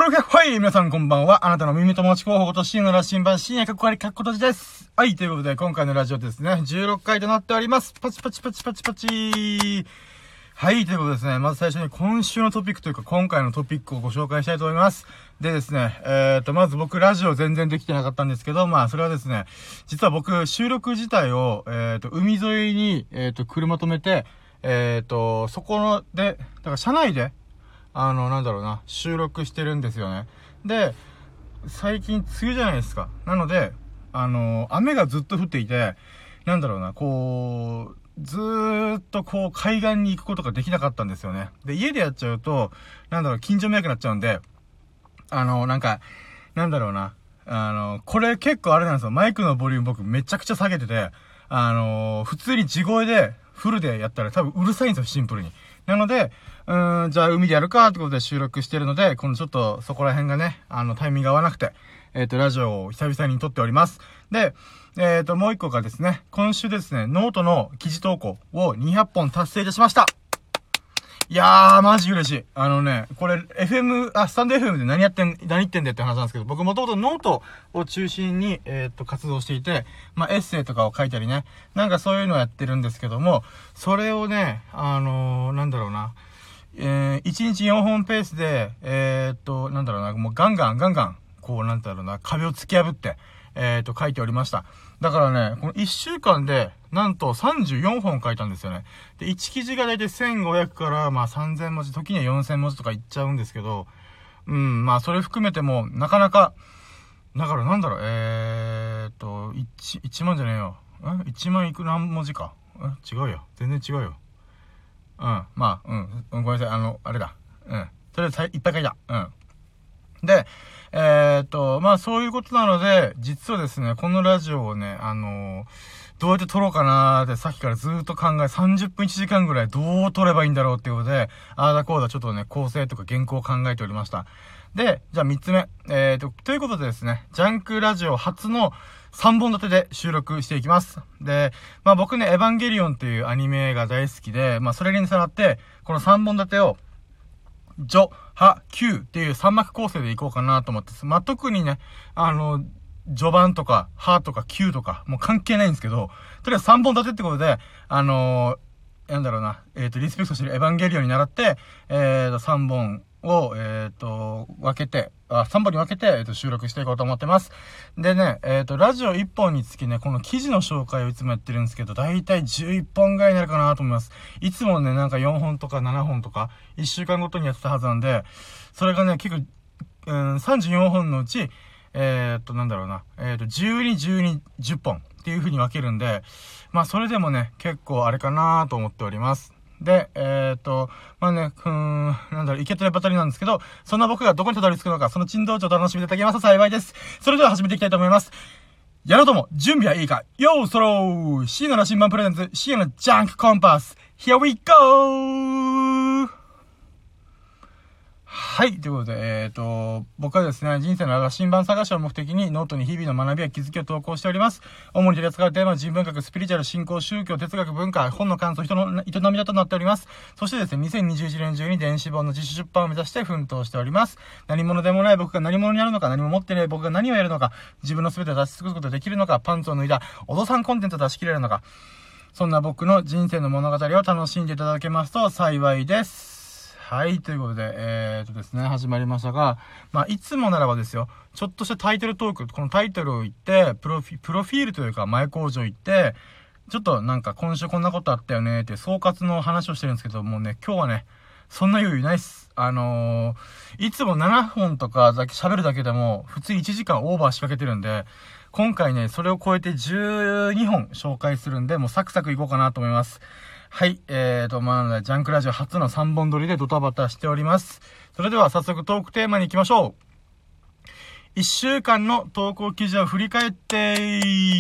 ロゲはい、皆さんこんばんは。あなたの耳友達候補こと深夜の新版深夜かっこわりかっことじです。はい、ということで今回のラジオですね、16回となっております。パチパチパチパチパチ。はい、ということですね、まず最初に今週のトピックというか今回のトピックをご紹介したいと思います。でですね、まず僕ラジオ全然できてなかったんですけど、まあそれはですね、実は僕収録自体を、海沿いに、車止めて、そこので、だから車内で、収録してるんですよね。で、最近梅雨じゃないですか。なので、雨がずっと降っていて、ずーっと海岸に行くことができなかったんですよね。で、家でやっちゃうと、近所迷惑になっちゃうんで、これ結構あれなんですよ。マイクのボリューム僕めちゃくちゃ下げてて、普通に地声で、フルでやったら多分うるさいんですよ、シンプルに。なので、じゃあ海でやるかってことで収録してるので、今度ちょっとそこら辺がね、タイミングが合わなくて、ラジオを久々に撮っております。で、もう一個がですね、今週ですね、ノートの記事投稿を200本達成いたしました。いやー、マジ嬉しい。これ、スタンド FM で何言ってんだって話なんですけど、僕もともとノートを中心に、活動していて、まあ、エッセイとかを書いたりね、そういうのをやってるんですけども、それをね、1日4本ペースで、もうガンガン、壁を突き破って、書いておりました。だからね、この1週間で、なんと34本書いたんですよね。で、1記事がだいたい1500から、3000文字、時には4000文字とかいっちゃうんですけど、それ含めても、なかなか、1万じゃねえよ。1万いく何文字か。違うよ。全然違うよ。ごめんなさい。あれだ。とりあえずいっぱい書いた。で、そういうことなので、実はですね、このラジオをね、どうやって撮ろうかなーってさっきからずーっと考え、30分1時間ぐらいどう撮ればいいんだろうっていうことで、あーだこうだちょっとね、構成とか原稿を考えておりました。で、じゃあ3つ目。ということでですね、ジャンクラジオ初の3本立てで収録していきます。で、僕ね、エヴァンゲリオンっていうアニメが大好きで、それに従って、この3本立てを、序、派、級っていう3幕構成でいこうかなと思って、特にね、序盤とか、派とか、級とか、もう関係ないんですけど、とりあえず3本立てってことで、リスペクトしてるエヴァンゲリオンに習って、3本を、3本に分けて、収録していこうと思ってます。でね、ラジオ1本につきね、この記事の紹介をいつもやってるんですけど、だいたい11本ぐらいになるかなと思います。いつもね、4本とか7本とか、1週間ごとにやってたはずなんで、それがね、結構、34本のうち、12、12、10本っていう風に分けるんで、それでもね、結構あれかなと思っております。で、行けてるばたりなんですけど、そんな僕がどこにたどり着くのか、その珍道中を楽しみいただけますと幸いです。それでは始めていきたいと思います。やろうとも、準備はいいか、よーそろー深夜の新版プレゼンツ、深夜のジャンクコンパス、Here we go!はい。ということで、僕はですね、人生の新版探しを目的にノートに日々の学びや気づきを投稿しております。主に取り扱うテーマは人文学、スピリチュアル、信仰、宗教、哲学、文化、本の感想、人の営みだとなっております。そしてですね、2021年中に電子本の自主出版を目指して奮闘しております。何者でもない僕が何者になるのか、何も持ってない僕が何をやるのか、自分の全てを出し尽くすことができるのか、パンツを脱いだお父さんコンテンツを出し切れるのか、そんな僕の人生の物語を楽しんでいただけますと幸いです。はい、ということで、ですね、始まりましたが、いつもならばですよ、ちょっとしたタイトルトーク、このタイトルを言って、プロフィールというか、前工場行って、ちょっと今週こんなことあったよねって、総括の話をしてるんですけど、もうね、今日はね、そんな余裕ないっす。いつも7本とか喋るだけでも、普通に1時間オーバー仕掛けてるんで、今回ね、それを超えて12本紹介するんで、もうサクサクいこうかなと思います。はい。ジャンクラジオ初の3本撮りでドタバタしております。それでは早速トークテーマに行きましょう。1週間の投稿記事を振り返って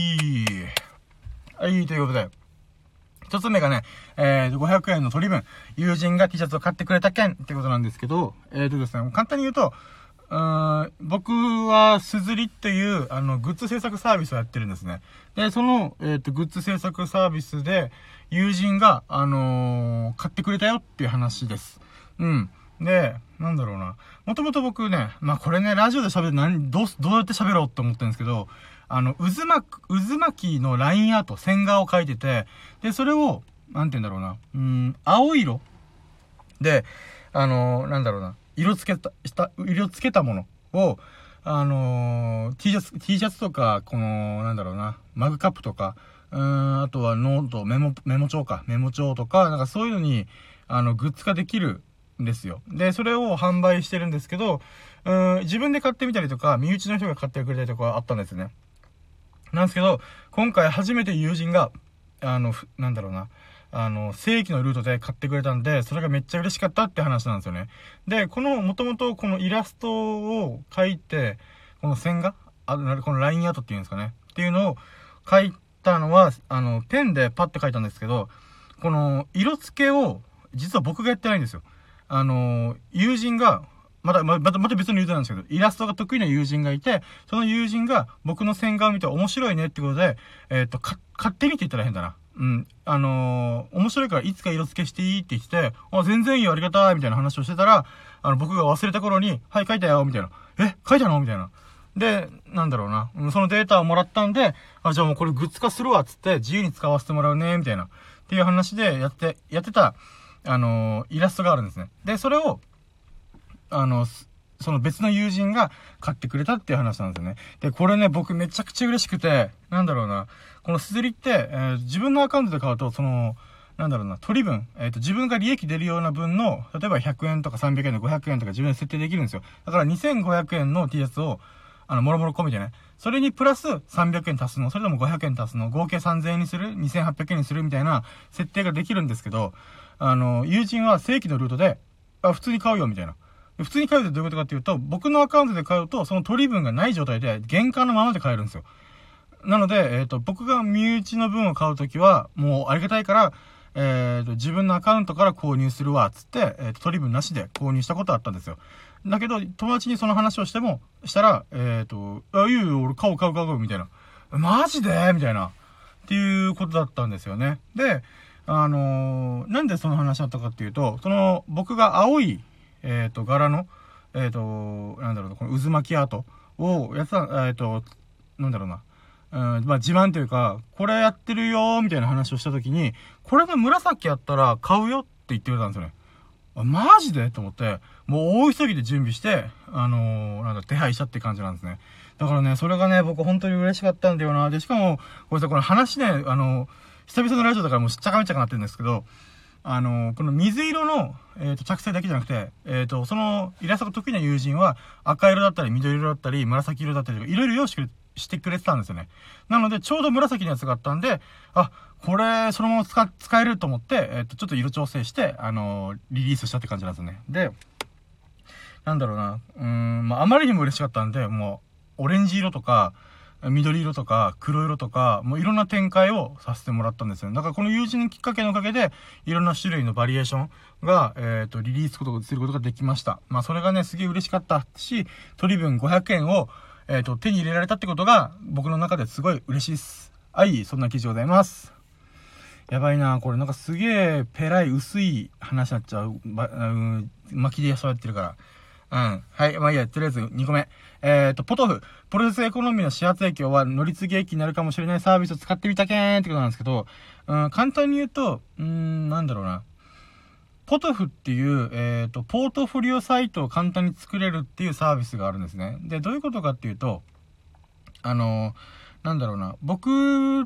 はい、ということで。一つ目がね、500円の取り分、友人が T シャツを買ってくれた件ってことなんですけど、ですね、簡単に言うと、僕はすずりっていう、グッズ制作サービスをやってるんですね。で、その、グッズ制作サービスで、友人が、買ってくれたよっていう話です。 で、なんだろうな。もともと僕ね、まあこれね、ラジオで喋るどうやって喋ろうって思ってるんですけど、渦巻きのラインアート、線画を描いてて、で、それを、なんて言うんだろうな。青色で、なんだろうな。色つけたものを、T シャツとか、なんだろうな。マグカップとか、あとはノート、メモ帳とか、なんかそういうのに、グッズ化できるんですよ。で、それを販売してるんですけど、自分で買ってみたりとか、身内の人が買ってくれたりとかあったんですね。なんですけど、今回初めて友人が、なんだろうな、正規のルートで買ってくれたんで、それがめっちゃ嬉しかったって話なんですよね。で、もともとこのイラストを描いて、この線画このラインアートっていうんですかね。っていうのを描いたのは、ペンでパッて描いたんですけど、この色付けを、実は僕がやってないんですよ。友人が、また別の友人なんですけど、イラストが得意な友人がいて、その友人が僕の線画を見て面白いねってことで、勝手にって言ったら変だな。面白いからいつか色付けしていいって言ってて、あ、全然いいよ、ありがたい、みたいな話をしてたら、僕が忘れた頃に、はい、書いたよ、みたいな。書いたのみたいな。で、なんだろうな。そのデータをもらったんで、じゃあもうこれグッズ化するわ、つって、自由に使わせてもらうね、みたいな。っていう話でやってた、イラストがあるんですね。で、それを、その別の友人が買ってくれたっていう話なんですよね。で、これね、僕めちゃくちゃ嬉しくて、なんだろうな。このすずりって、自分のアカウントで買うと、なんだろうな、取り分、自分が利益出るような分の、例えば100円とか300円とか500円とか自分で設定できるんですよ。だから2500円の T シャツを、もろもろ込みでね。それにプラス300円足すの、それとも500円足すの、合計3000円にする ?2800 円にするみたいな設定ができるんですけど、友人は正規のルートで、普通に買うよ、みたいな。普通に買うってどういうことかっていうと、僕のアカウントで買うと、その取り分がない状態で、原価のままで買えるんですよ。なので、僕が身内の分を買うときは、もうありがたいから、自分のアカウントから購入するわ、つって、取り分なしで購入したことあったんですよ。だけど、友達にその話をしたら、いいよ、俺買う、みたいな。マジでみたいな。っていうことだったんですよね。で、なんでその話だったかっていうと、僕が青い、柄の、なんだろうな、この渦巻きアートをやってた、なんだろうな、まあ、自慢というか、これやってるよーみたいな話をしたときに、これで紫やったら買うよって言ってくれたんですよね。マジでと思って、もう大急ぎで準備して、なんだ、手配したって感じなんですね。だからね、それがね、僕本当に嬉しかったんだよな。で、しかも、これさ、この話ね、久々のラジオだからもうしっちゃかめっちゃかなってるんですけど、この水色の、着彩だけじゃなくて、そのイラストが得意な友人は赤色だったり緑色だったり紫色だったりとかいろいろ用意してくれてたんですよね。なのでちょうど紫のやつがあったんで、これそのまま使えると思って、ちょっと色調整して、リリースしたって感じなんですよね。で、なんだろうな、まあ、あまりにも嬉しかったんで、もう、オレンジ色とか、緑色とか黒色とか、もういろんな展開をさせてもらったんですよ。だからこの友人のきっかけのおかげで、いろんな種類のバリエーションが、リリースすることができました。まあそれがね、すげえ嬉しかったし、取り分500円を、手に入れられたってことが、僕の中ですごい嬉しいです。はい、そんな記事でございます。やばいなこれなんかすげえペライ薄い話になっちゃう。巻きでそうやってるから。はい。まあいいや、とりあえず2個目。ポトフ。プロセスエコノミーの始発影響は乗り継ぎ駅になるかもしれないサービスを使ってみたけーんってことなんですけど、簡単に言うと、なんだろうな。ポトフっていう、ポートフォリオサイトを簡単に作れるっていうサービスがあるんですね。で、どういうことかっていうと、なんだろうな。僕って、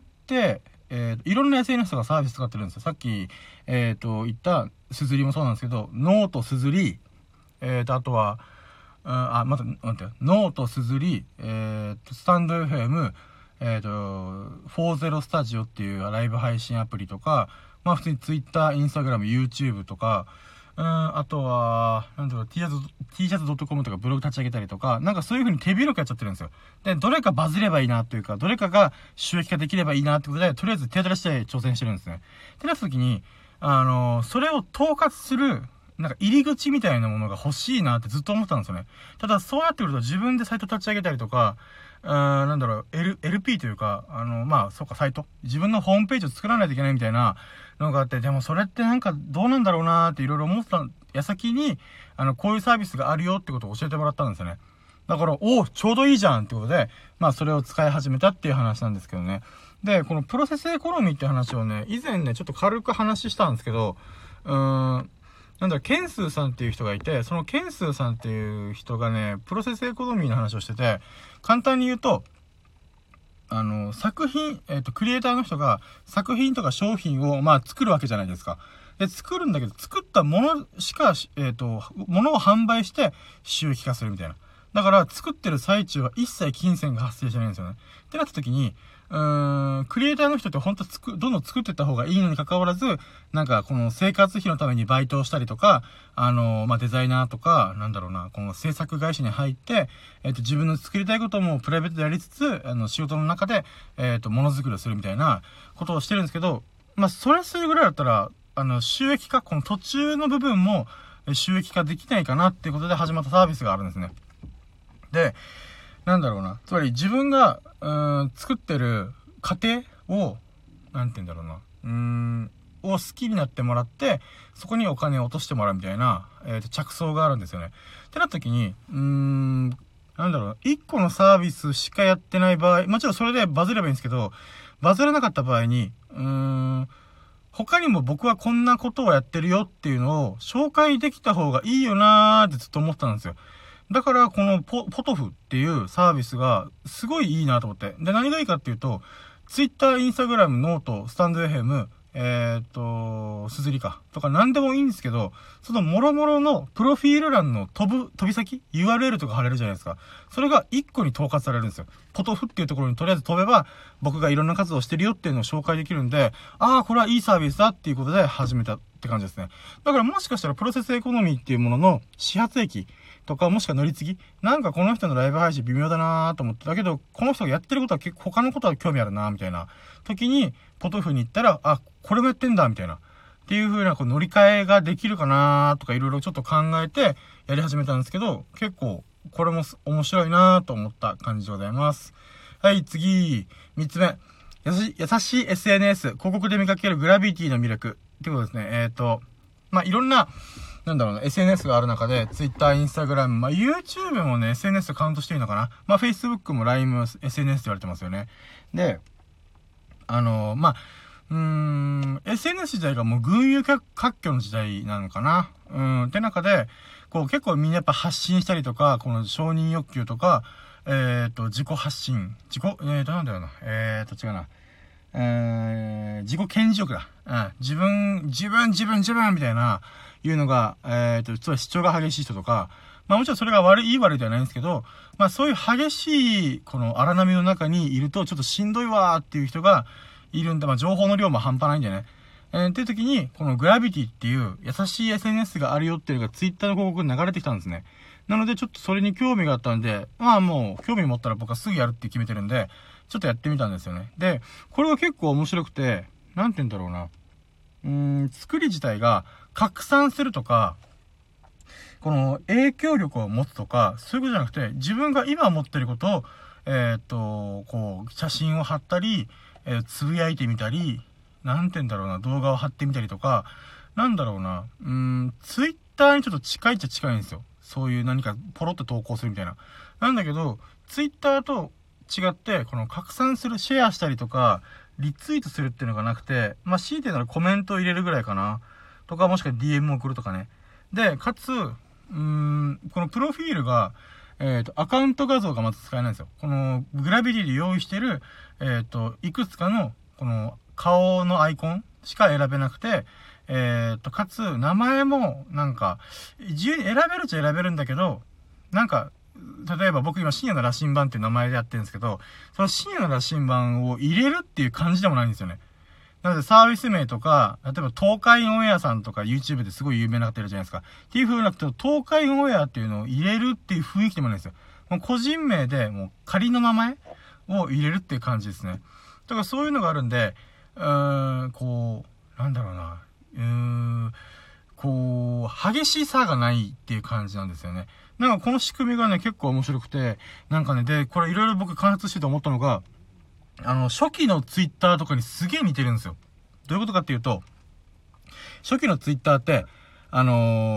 いろんな SNS がサービス使ってるんですよ。さっき、言ったすずりもそうなんですけど、ノートすずり、あとは、待って、ノートすずり、スタンド FM、40スタジオっていうライブ配信アプリとか、まあ普通に Twitter、Instagram、YouTube とか、あとは、なんだろう、T シャツ .com とかブログ立ち上げたりとか、なんかそういう風に手広くやっちゃってるんですよ。で、どれかバズればいいなというか、どれかが収益化できればいいなってことで、とりあえず手当たりして挑戦してるんですね。ってなった時に、それを統括する、なんか入り口みたいなものが欲しいなってずっと思ったんですよね。ただそうなってくると自分でサイト立ち上げたりとか、なんだろう、LP というか、まあ、そうか、サイト。自分のホームページを作らないといけないみたいなのがあって、でもそれってなんかどうなんだろうなーっていろいろ思って矢先に、こういうサービスがあるよってことを教えてもらったんですよね。だから、ちょうどいいじゃんってことで、まあ、それを使い始めたっていう話なんですけどね。で、このプロセスエコノミーって話をね、以前ね、ちょっと軽く話したんですけど、ケンスーさんっていう人がいて、そのケンスーさんっていう人がね、プロセスエコノミーの話をしてて、簡単に言うと、作品、クリエイターの人が作品とか商品を、まあ、作るわけじゃないですか。で、作るんだけど、作ったものしか、ものを販売して収益化するみたいな。だから、作ってる最中は一切金銭が発生しないんですよね。ってなった時に、クリエイターの人って本当どんどん作っていった方がいいのに関わらず、なんか、この生活費のためにバイトをしたりとか、まあ、デザイナーとか、なんだろうな、この制作会社に入って、自分の作りたいこともプライベートでやりつつ、仕事の中で、ものづくりをするみたいなことをしてるんですけど、まあ、それするぐらいだったら、収益化、この途中の部分も収益化できないかなっていうことで始まったサービスがあるんですね。で、なんだろうな。つまり自分が、作ってる過程を、なんて言うんだろうな。を好きになってもらって、そこにお金を落としてもらうみたいな、着想があるんですよね。ってなった時に、なんだろう、一個のサービスしかやってない場合、もちろんそれでバズればいいんですけど、バズらなかった場合に、他にも僕はこんなことをやってるよっていうのを紹介できた方がいいよなーってずっと思ってたんですよ。だから、このポトフっていうサービスがすごいいいなと思って。で、何がいいかっていうと、Twitter、Instagram、ノート、スタンドFM、すずりか。とか何でもいいんですけど、その諸々のプロフィール欄の飛び先 ?URL とか貼れるじゃないですか。それが1個に統括されるんですよ。ポトフっていうところにとりあえず飛べば、僕がいろんな活動をしてるよっていうのを紹介できるんで、これはいいサービスだっていうことで始めたって感じですね。だからもしかしたらプロセスエコノミーっていうものの始発駅、とか、もしくは乗り継ぎなんかこの人のライブ配信微妙だなーと思って、だけど、この人がやってることは結構他のことは興味あるなーみたいな時に、ポトフに行ったら、これもやってんだみたいな。っていう風なこう乗り換えができるかなーとかいろいろちょっと考えてやり始めたんですけど、結構これも面白いなーと思った感じでございます。はい、次、3つ目。優しい SNS、広告で見かけるグラビティの魅力。ってことですね。まあ、いろんな、なんだろうな、SNS がある中で、Twitter、Instagram、まあ、YouTube もね、SNS カウントしていいのかな。まあ、Facebook も LINE も SNS って言われてますよね。で、まあ、SNS 時代がもう群雄割拠の時代なのかな。って中で、こう結構みんなやっぱ発信したりとか、この承認欲求とか、自己発信、なんだよな、違うな。自己顕示欲だ。自分みたいな、いうのが、主張が激しい人とか、まあもちろんそれがいい悪いではないんですけど、まあそういう激しい、この荒波の中にいるとちょっとしんどいわーっていう人がいるんで、まあ情報の量も半端ないんでね。っていう時に、このグラビティっていう優しい SNS があるよっていうのが Twitter の広告に流れてきたんですね。なのでちょっとそれに興味があったんで、まあもう興味持ったら僕はすぐやるって決めてるんで、ちょっとやってみたんですよね。で、これが結構面白くて、なんて言うんだろうな。作り自体が拡散するとか、この影響力を持つとか、そういうことじゃなくて、自分が今持ってることを、こう、写真を貼ったり、つぶやいてみたり、なんて言うんだろうな、動画を貼ってみたりとか、なんだろうな、ツイッターにちょっと近いっちゃ近いんですよ。そういう何かポロって投稿するみたいな。なんだけど、ツイッターと違って、この拡散する、シェアしたりとか、リツイートするっていうのがなくて、まあ、強いてならコメントを入れるぐらいかな。とか、もしくは DM を送るとかね。で、かつ、このプロフィールが、アカウント画像がまず使えないんですよ。この、グラビティで用意してる、いくつかの、この、顔のアイコンしか選べなくて、かつ、名前も、なんか、自由に選べるっちゃ選べるんだけど、なんか、例えば僕今深夜の羅針盤っていう名前でやってるんですけど、その深夜の羅針盤を入れるっていう感じでもないんですよね。なのでサービス名とか、例えば東海オンエアさんとか YouTube ですごい有名な方いるじゃないですか。っていう風なくて、東海オンエアっていうのを入れるっていう雰囲気でもないんですよ。もう個人名でもう仮の名前を入れるっていう感じですね。だからそういうのがあるんで、こう、なんだろうな、こう、激しさがないっていう感じなんですよね。なんかこの仕組みがね、結構面白くて、なんかね、で、これいろいろ僕観察してて思ったのが、初期のツイッターとかにすげえ似てるんですよ。どういうことかっていうと、初期のツイッターって、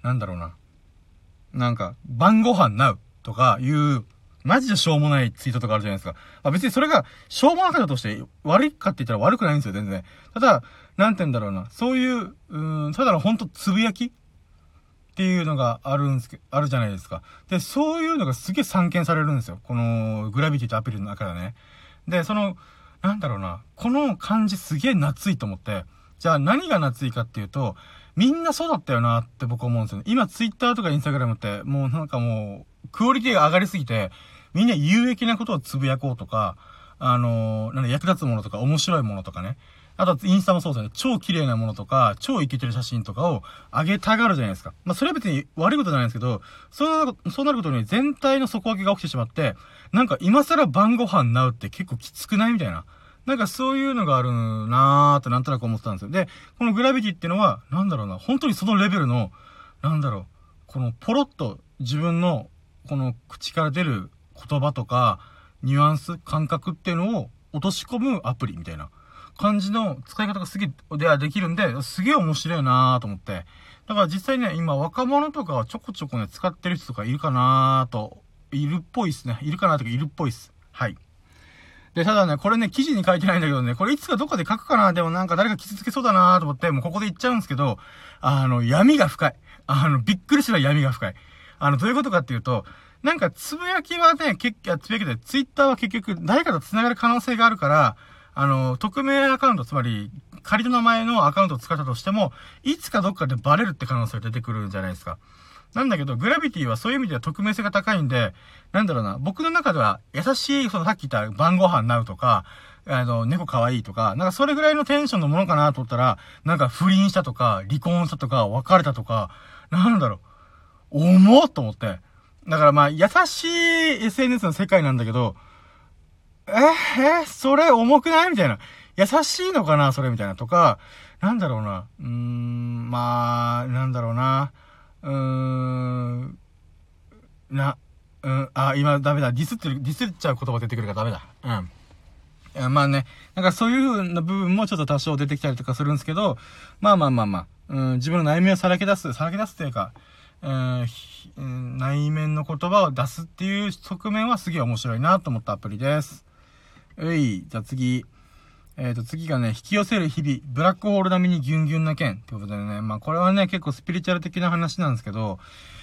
なんだろうな。なんか、晩ご飯なうとかいう、マジでしょうもないツイートとかあるじゃないですか。まあ別にそれが、しょうもなかったとして悪いかって言ったら悪くないんですよ、全然。ただ、なんて言うんだろうな。そういう、ただのほんとつぶやきっていうのがあるじゃないですか。で、そういうのがすげえ散見されるんですよ。この、グラビティとアプリの中でね。で、なんだろうな。この感じすげえ懐いと思って。じゃあ何が懐いかっていうと、みんなそうだったよなって僕思うんですよね。今ツイッターとかインスタグラムって、もうなんかもう、クオリティが上がりすぎて、みんな有益なことをつぶやこうとか、なんだ、役立つものとか面白いものとかね。あと、インスタもそうですね。超綺麗なものとか、超イケてる写真とかを上げたがるじゃないですか。まあ、それは別に悪いことじゃないんですけど、そうなることに全体の底上げが起きてしまって、なんか今更晩ご飯なうって結構きつくないみたいな。なんかそういうのがあるなーってなんとなく思ってたんですよ。で、このグラビティっていうのは、なんだろうな、本当にそのレベルの、なんだろう、このポロッと自分の、この口から出る言葉とか、ニュアンス、感覚っていうのを落とし込むアプリみたいな感じの使い方がすげえ、できるんで、すげえ面白いなーと思って。だから実際ね、今若者とかはちょこちょこね、使ってる人とかいるかなーと、いるっぽいっすね。いるかなとかいるっぽいっす。はい。で、ただね、これね、記事に書いてないんだけどね、これいつかどっかで書くかな、でもなんか誰か傷つけそうだなと思って、もうここで言っちゃうんですけど、闇が深い。びっくりする闇が深い。どういうことかっていうと、なんか、つぶやきはね、つぶやきで、ツイッターは結局、誰かと繋がる可能性があるから、匿名アカウント、つまり、仮の名前のアカウントを使ったとしても、いつかどっかでバレるって可能性が出てくるんじゃないですか。なんだけど、グラビティはそういう意味では匿名性が高いんで、なんだろうな、僕の中では優しい、さっき言った晩ご飯なうとか、猫可愛いとか、なんかそれぐらいのテンションのものかなと思ったら、なんか不倫したとか、離婚したとか、別れたとか、なんだろう、重っと思って。だからまあ、優しい SNS の世界なんだけど、それ重くないみたいな。優しいのかなそれみたいな。とか、なんだろうな。まあ、なんだろうな。今ダメだ。ディスっちゃう言葉出てくるからダメだ。まあね、なんかそういう風な部分もちょっと多少出てきたりとかするんですけど、まあ、自分の内面をさらけ出すというか、内面の言葉を出すっていう側面はすげえ面白いなと思ったアプリです。じゃあ次。次がね、引き寄せる日々、ブラックホール並みにギュンギュンな件ってことでね、まあこれはね、結構スピリチュアル的な話なんですけど、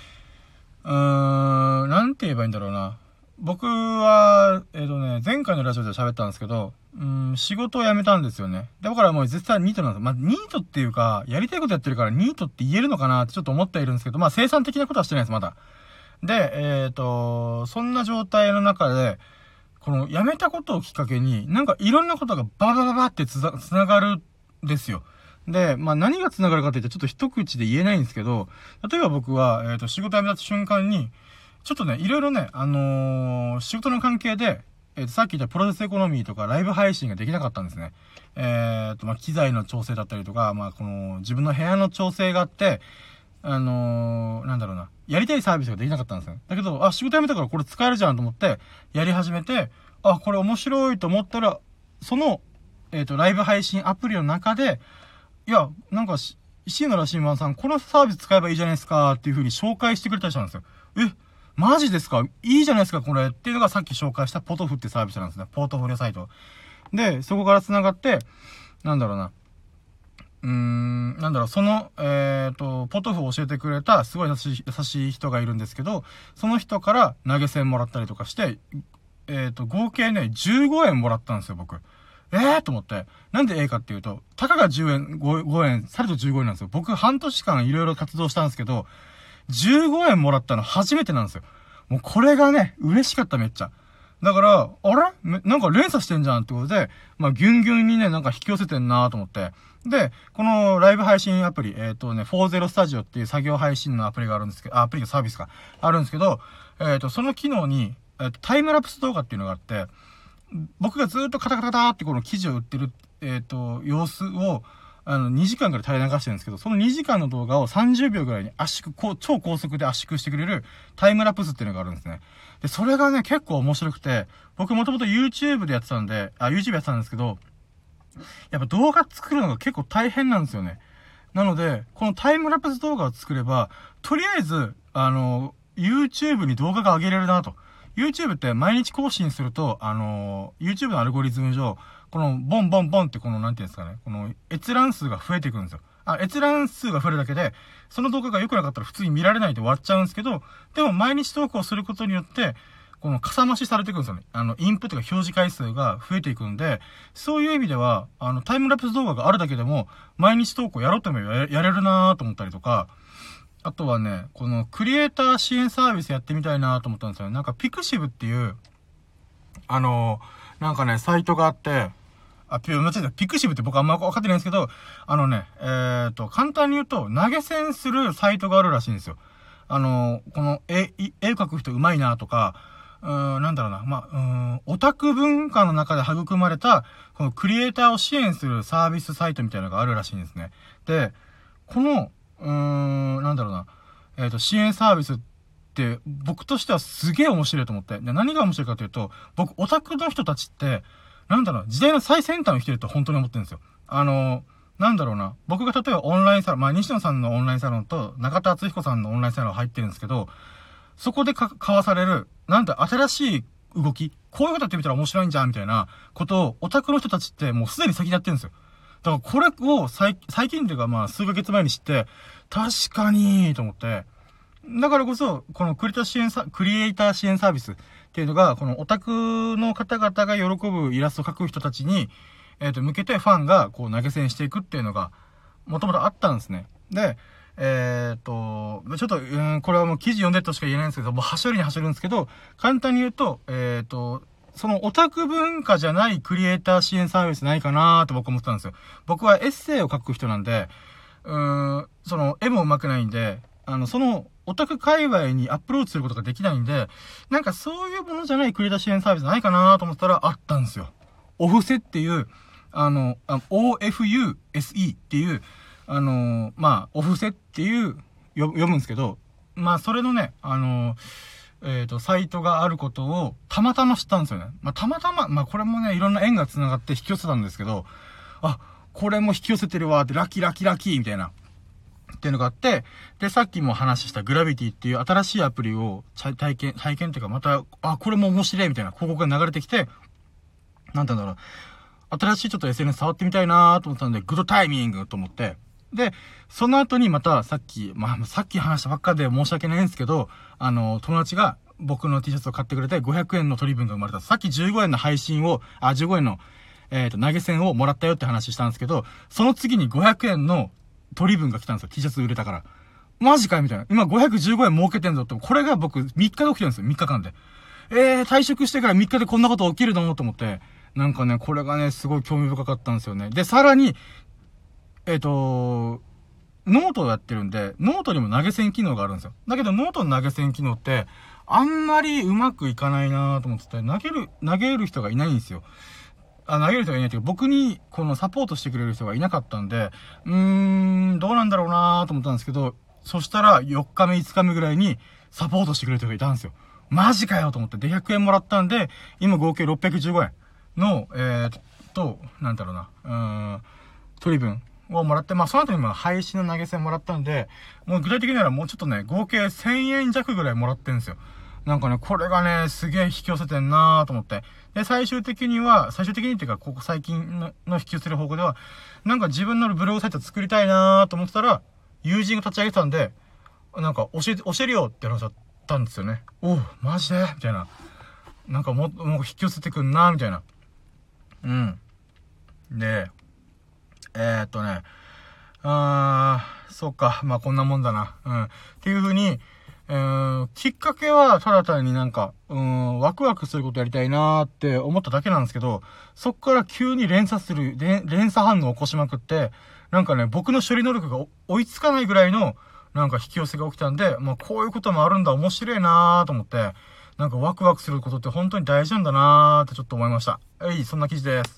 なんて言えばいいんだろうな。僕は、前回のラジオで喋ったんですけど、仕事を辞めたんですよね。だからもう絶対ニートなんですよ。まあ、ニートっていうか、やりたいことやってるからニートって言えるのかなってちょっと思っているんですけど、まあ、生産的なことはしてないです、まだ。で、そんな状態の中で、この辞めたことをきっかけに、なんかいろんなことがババババってつながるんですよ。で、まあ何が繋がるかって言ったらちょっと一口で言えないんですけど、例えば僕は、仕事辞めた瞬間に、ちょっとね、いろいろね、仕事の関係で、さっき言ったプロセスエコノミーとかライブ配信ができなかったんですね。まあ機材の調整だったりとか、まあこの自分の部屋の調整があって、なんだろうな、やりたいサービスができなかったんですよ。だけど、仕事辞めたからこれ使えるじゃんと思って、やり始めて、これ面白いと思ったら、その、ライブ配信アプリの中で、いや、なんか、椎名羅針盤さん、このサービス使えばいいじゃないですか、っていう風に紹介してくれたりしたんですよ。マジですかいいじゃないですか、これ。っていうのがさっき紹介したポトフってサービスなんですね。ポートフォリオサイト。で、そこから繋がって、なんだろうな。その、ポトフを教えてくれた、すごい優しい人がいるんですけど、その人から投げ銭もらったりとかして、合計ね、15円もらったんですよ、僕。と思って。なんでかっていうと、たかが10円、5円、されと15円なんですよ。僕半年間いろいろ活動したんですけど、15円もらったの初めてなんですよ。もうこれがね、嬉しかっためっちゃ。だから、なんか連鎖してんじゃんってことで、まあ、ギュンギュンにね、なんか引き寄せてんなと思って。で、このライブ配信アプリ、40スタジオっていう作業配信のアプリがあるんですけど、アプリがサービスか、あるんですけど、その機能に、タイムラプス動画っていうのがあって、僕がずっとカタカタカタってこの記事を売ってる、様子を、2時間から垂れ流してるんですけど、その2時間の動画を30秒ぐらいに超高速で圧縮してくれるタイムラプスっていうのがあるんですね。で、それがね、結構面白くて、僕もともと YouTube でやってたんで、YouTube やってたんですけど、やっぱ動画作るのが結構大変なんですよね。 なので、このタイムラプス動画を作れば、とりあえず、YouTube に動画が上げれるなと。YouTube って毎日更新すると、YouTube のアルゴリズム上、この、ボンボンボンってこの、なんていうんですかね、この、閲覧数が増えていくんですよ。閲覧数が増えるだけで、その動画が良くなかったら普通に見られないで終わっちゃうんですけど、でも毎日投稿することによって、この、かさ増しされていくんですよね。インプットが表示回数が増えていくんで、そういう意味では、タイムラプス動画があるだけでも、毎日投稿やろうともやれるなーと思ったりとか、あとはね、この、クリエイター支援サービスやってみたいなーと思ったんですよね。なんか、ピクシブっていう、なんかね、サイトがあって、ピクシブって僕あんま分かってないんですけど、簡単に言うと、投げ銭するサイトがあるらしいんですよ。この、絵描く人上手いなとか、なんだろうな、オタク文化の中で育まれた、このクリエイターを支援するサービスサイトみたいなのがあるらしいんですね。で、この、なんだろうな、支援サービスって、僕としてはすげえ面白いと思って。で、何が面白いかというと、僕、オタクの人たちって、なんだろう、時代の最先端を生きてると本当に思ってるんですよ。なんだろうな、僕が例えばオンラインサロン、西野さんのオンラインサロンと中田敦彦さんのオンラインサロン入ってるんですけど、そこで交わされる、なんだ、新しい動き、こういうことやってみたら面白いんじゃん、みたいなことを、オタクの人たちってもうすでに先にやってるんですよ。だからこれを最近というか数ヶ月前に知って、確かにと思って、だからこそ、このクリエイター支援サービスっていうのが、このオタクの方々が喜ぶイラストを描く人たちに、向けてファンがこう投げ銭していくっていうのが、もともとあったんですね。で、ちょっと、これはもう記事読んでとしか言えないんですけど、もうはしょるんですけど、簡単に言うと、そのオタク文化じゃないクリエイター支援サービスないかなーと僕思ってたんですよ。僕はエッセイを書く人なんで、その絵も上手くないんで、そのオタク界隈にアプローチすることができないんで、なんかそういうものじゃないクリエイター支援サービスないかなーと思ったらあったんですよ。オフセっていう、OFUSE っていう、オフセっていう読むんですけど、それのね、サイトがあることをたまたま知ったんですよね。たまたま、これもね、いろんな縁が繋がって引き寄せたんですけど、これも引き寄せてるわーって、ラッキーみたいな。っていうのがあって、で、さっきも話したグラビティっていう新しいアプリを体験っていうかまた、これも面白いみたいな広告が流れてきて、なんて言うんだろう。新しいちょっと SNS 触ってみたいなーと思ったんで、グッドタイミングと思って。で、その後にまたさっき話したばっかで申し訳ないんですけど、友達が僕の T シャツを買ってくれて500円の取り分が生まれた。さっき15円の配信を、15円の、投げ銭をもらったよって話したんですけど、その次に500円の取り分が来たんですよ。T シャツ売れたから。マジかみたいな。今515円儲けてんぞって、これが僕3日で起きてるんですよ。3日間で。退職してから3日でこんなこと起きるのと思って、なんかね、これがね、すごい興味深かったんですよね。で、さらに、ノートをやってるんで、ノートにも投げ銭機能があるんですよ。だけど、ノートの投げ銭機能って、あんまりうまくいかないなと思ってて、投げる人がいないんですよ。投げる人がいないというか、僕に、このサポートしてくれる人がいなかったんで、どうなんだろうなと思ったんですけど、そしたら、4日目、5日目ぐらいに、サポートしてくれる人がいたんですよ。マジかよと思って、で、100円もらったんで、今合計615円の、なんだろうな、取り分をもらって、その後に配信の投げ銭もらったんで、もう具体的にはもうちょっとね、合計1000円弱ぐらいもらってんですよ。なんかね、これがね、すげえ引き寄せてんなーと思って。で、最終的にっていうか、ここ最近の引き寄せる方向では、なんか自分のブログサイト作りたいなーと思ってたら、友人が立ち上げてたんで、なんか教えるよって話だったんですよね。おう、マジでみたいな。なんかもう引き寄せてくんなーみたいな。で、そうか。こんなもんだな。っていう風に、きっかけはただ単になんか、ワクワクすることやりたいなーって思っただけなんですけど、そっから急に連鎖反応を起こしまくって、なんかね、僕の処理能力が追いつかないぐらいの、なんか引き寄せが起きたんで、こういうこともあるんだ、面白いなーと思って、なんかワクワクすることって本当に大事なんだなーってちょっと思いました。そんな記事です。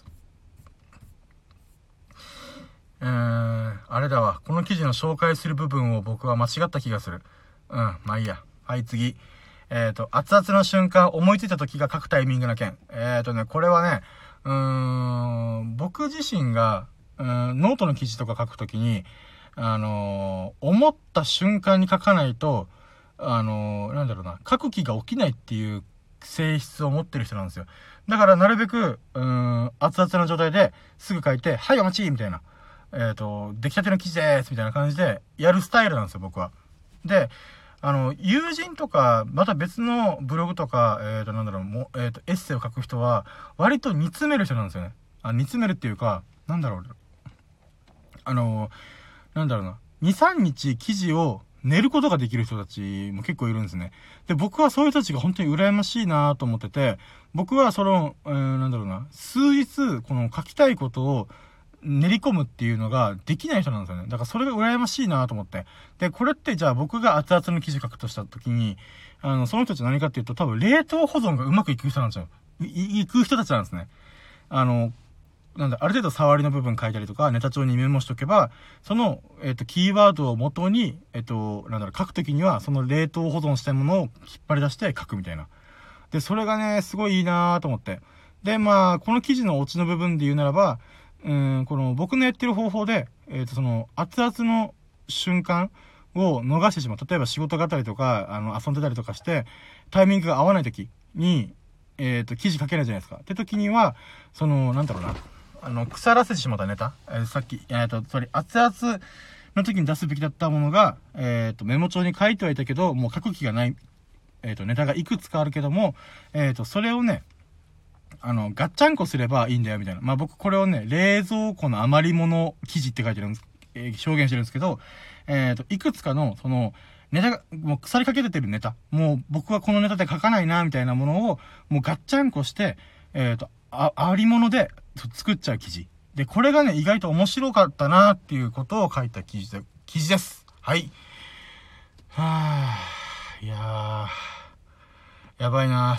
あれだわ。この記事の紹介する部分を僕は間違った気がする。いいや。はい、次。熱々の瞬間、思いついた時が書くタイミングな件。これはね、僕自身が、ノートの記事とか書くときに、 思った瞬間に書かないと、なんだろうな、書く気が起きないっていう性質を持ってる人なんですよ。だからなるべく、熱々の状態ですぐ書いて、はい、お待ちみたいな。出来たての記事ですみたいな感じでやるスタイルなんですよ、僕は。で、友人とか、また別のブログとか、なんだろう、エッセイを書く人は、割と煮詰める人なんですよね。煮詰めるっていうか、なんだろう、なんだろうな、2、3日記事を寝ることができる人たちも結構いるんですね。で、僕はそういう人たちが本当に羨ましいなと思ってて、僕はなんだろうな、数日、この書きたいことを練り込むっていうのができない人なんですよね。だからそれが羨ましいなと思って。で、これってじゃあ僕が熱々の記事書くとした時に、その人たち何かっていうと多分冷凍保存がうまくいく人なんですよ。いく人たちなんですね。なんだ、ある程度触りの部分書いたりとか、ネタ帳にメモしとけば、その、キーワードを元に、なんだろう、書くときには、その冷凍保存したものを引っ張り出して書くみたいな。で、それがね、すごいいいなと思って。で、まあ、この記事のオチの部分で言うならば、この僕のやってる方法で、その、熱々の瞬間を逃してしまう。例えば仕事があったりとか、遊んでたりとかして、タイミングが合わないときに、記事書けないじゃないですか。って時には、なんだろうな。腐らせてしまったネタ、さっき、熱々の時に出すべきだったものが、メモ帳に書いてはいたけど、もう書く気がない、ネタがいくつかあるけども、それをね、ガッチャンコすればいいんだよ、みたいな。まあ、僕これをね、冷蔵庫の余り物記事って書いてるんです、表現してるんですけど、いくつかの、ネタが、もう腐りかけてるネタ。もう僕はこのネタで書かないな、みたいなものを、もうガッチャンコして、ありもので作っちゃう記事。で、これがね、意外と面白かったなっていうことを書いた記事です。はい。はぁ、いやー、やばいな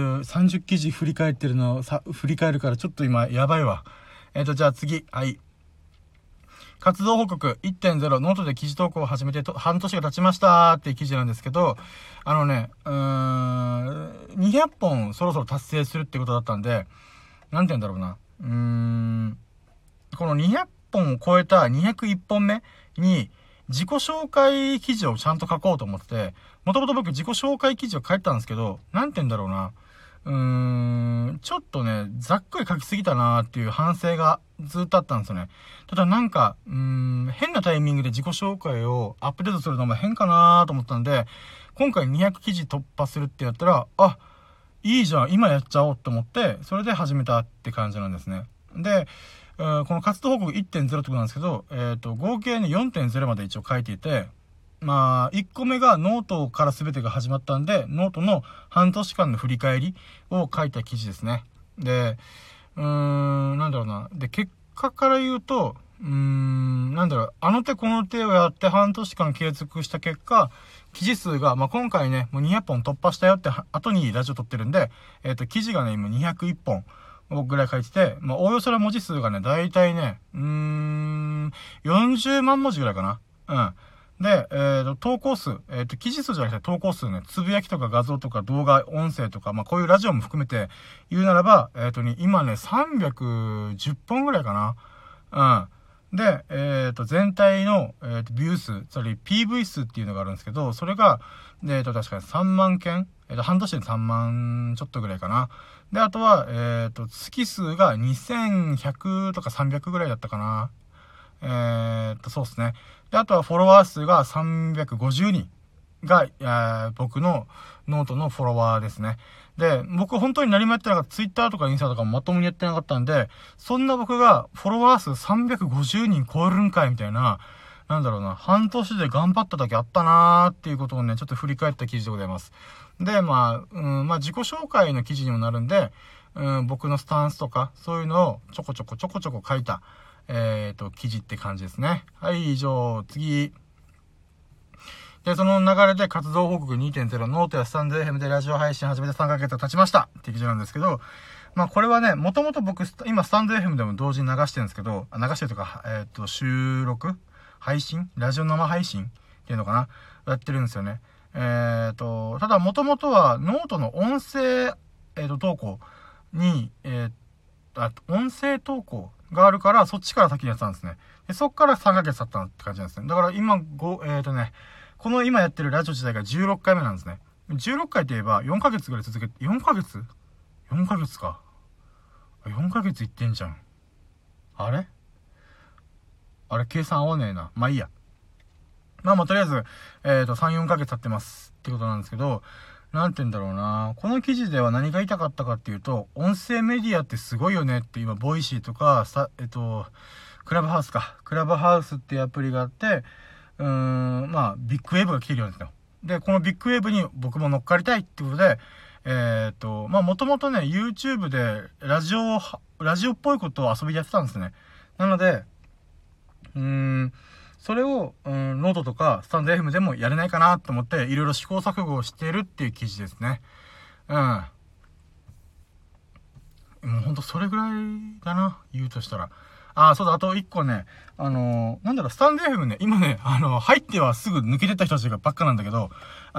30記事振り返ってるの振り返るからちょっと今、やばいわ。じゃあ次、はい。活動報告 1.0 ノートで記事投稿を始めて半年が経ちましたっていう記事なんですけど、200本そろそろ達成するってことだったんで、なんて言うんだろうな。この200本を超えた201本目に自己紹介記事をちゃんと書こうと思ってて、もともと僕自己紹介記事を書いたんですけど、なんて言うんだろうな。ちょっとね、ざっくり書きすぎたなーっていう反省がずっとあったんですよね。ただなんか、変なタイミングで自己紹介をアップデートするのも変かなーと思ったんで、今回200記事突破するってやったら、あ、いいじゃん、今やっちゃおうと思って、それで始めたって感じなんですね。で、この活動報告 1.0 ってことなんですけど、合計ね 4.0 まで一応書いていて、まあ、1個目がノートから全てが始まったんで、ノートの半年間の振り返りを書いた記事ですね。で、なんだろうな。で、結果から言うと、なんだろう、あの手この手をやって半年間継続した結果、記事数が、まあ、今回ね、もう200本突破したよって後にラジオ撮ってるんで、記事がね、今201本ぐらい書いてて、まあ、おおよその文字数がね、だいたいね、40万文字ぐらいかな。うん。で、投稿数、記事数じゃなくて投稿数ね、つぶやきとか画像とか動画、音声とか、まあ、こういうラジオも含めて言うならば、今ね、310本ぐらいかな。うん。で、全体の、ビュー数、つまり PV 数っていうのがあるんですけど、それが、確かに3万件、半年で3万ちょっとぐらいかな。で、あとは、月数が2100とか300ぐらいだったかな。そうですね。で、あとはフォロワー数が350人が、僕のノートのフォロワーですね。で、僕本当に何もやってなかった。ツイッターとかインスタとかもまともにやってなかったんで、そんな僕がフォロワー数350人超えるんかいみたいな、なんだろうな、半年で頑張っただけあったなーっていうことをね、ちょっと振り返った記事でございます。で、まあ、自己紹介の記事にもなるんで、僕のスタンスとか、そういうのをちょこちょこ書いた、記事って感じですね。はい、以上、次。で、その流れで活動報告 2.0 ノートやスタンド FM でラジオ配信始めて3ヶ月が経ちましたって記事なんですけど、まあこれはね、もともと僕、今スタンド FM でも同時に流してるんですけど、流してるとか、収録配信ラジオ生配信っていうのかなやってるんですよね。ただもともとはノートの音声、投稿に、音声投稿があるから、そっちから先にやってたんですね。で、そっから3ヶ月経ったって感じなんですね。だから今、この今やってるラジオ自体が16回目なんですね。16回といえば、4ヶ月ぐらい続けて、4ヶ月 ?4 ヶ月か。4ヶ月いってんじゃん。あれ計算合わねえな。まあいいや。まあとりあえず、3、4ヶ月経ってますってことなんですけど、なんて言うんだろうな。この記事では何が言いたかったかっていうと、音声メディアってすごいよねって今、ボイシーとか、クラブハウスか。クラブハウスっていうアプリがあって、まあ、ビッグウェーブが来てるようですよ。で、このビッグウェーブに僕も乗っかりたいってことで、まあもともとね、YouTube でラジオっぽいことを遊びでやってたんですね。なので、それを、ノートとかスタンド FM でもやれないかなと思って、いろいろ試行錯誤をしてるっていう記事ですね。もうほんとそれぐらいだな、言うとしたら。そうだ、あと一個ね、スタンド FM ね、今ね、入ってはすぐ抜けてった人たちがばっかなんだけど、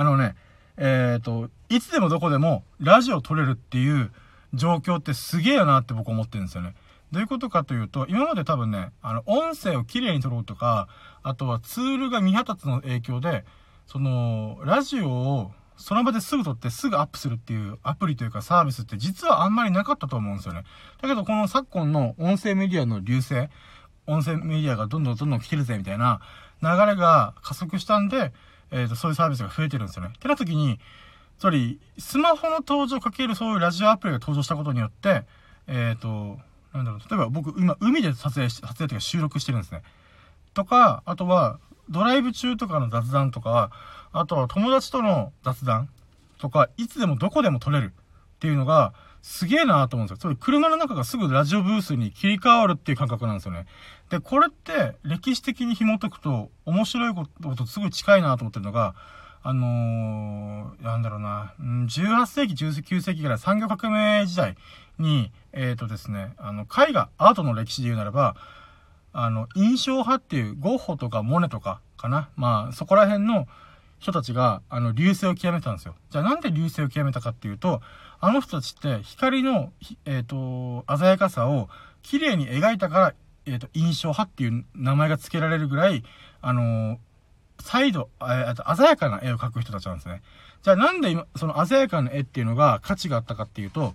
いつでもどこでもラジオ撮れるっていう状況ってすげえよなって僕思ってるんですよね。どういうことかというと、今まで多分ね、音声をきれいに撮ろうとか、あとはツールが未発達の影響で、ラジオをその場ですぐ撮ってすぐアップするっていうアプリというかサービスって実はあんまりなかったと思うんですよね。だけどこの昨今の音声メディアの流星、音声メディアがどんどん来てるぜみたいな流れが加速したんで、そういうサービスが増えてるんですよね。ってな時に、スマホの登場かけるそういうラジオアプリが登場したことによって、例えば僕今海で撮影というか収録してるんですね。とか、あとはドライブ中とかの雑談とか、あとは友達との雑談とか、いつでもどこでも撮れるっていうのがすげえなと思うんですよ。車の中がすぐラジオブースに切り替わるっていう感覚なんですよね。で、これって歴史的に紐解くと面白いこととすごい近いなと思ってるのが、18世紀、19世紀ぐらい産業革命時代に、ですね、絵画、アートの歴史で言うならば、印象派っていうゴッホとかモネとかかな。まあ、そこら辺の人たちが、流星を極めたんですよ。じゃあなんで流星を極めたかっていうと、あの人たちって光の、鮮やかさを綺麗に描いたから、印象派っていう名前が付けられるぐらい、鮮やかな絵を描く人たちなんですね。じゃあなんで今、その鮮やかな絵っていうのが価値があったかっていうと、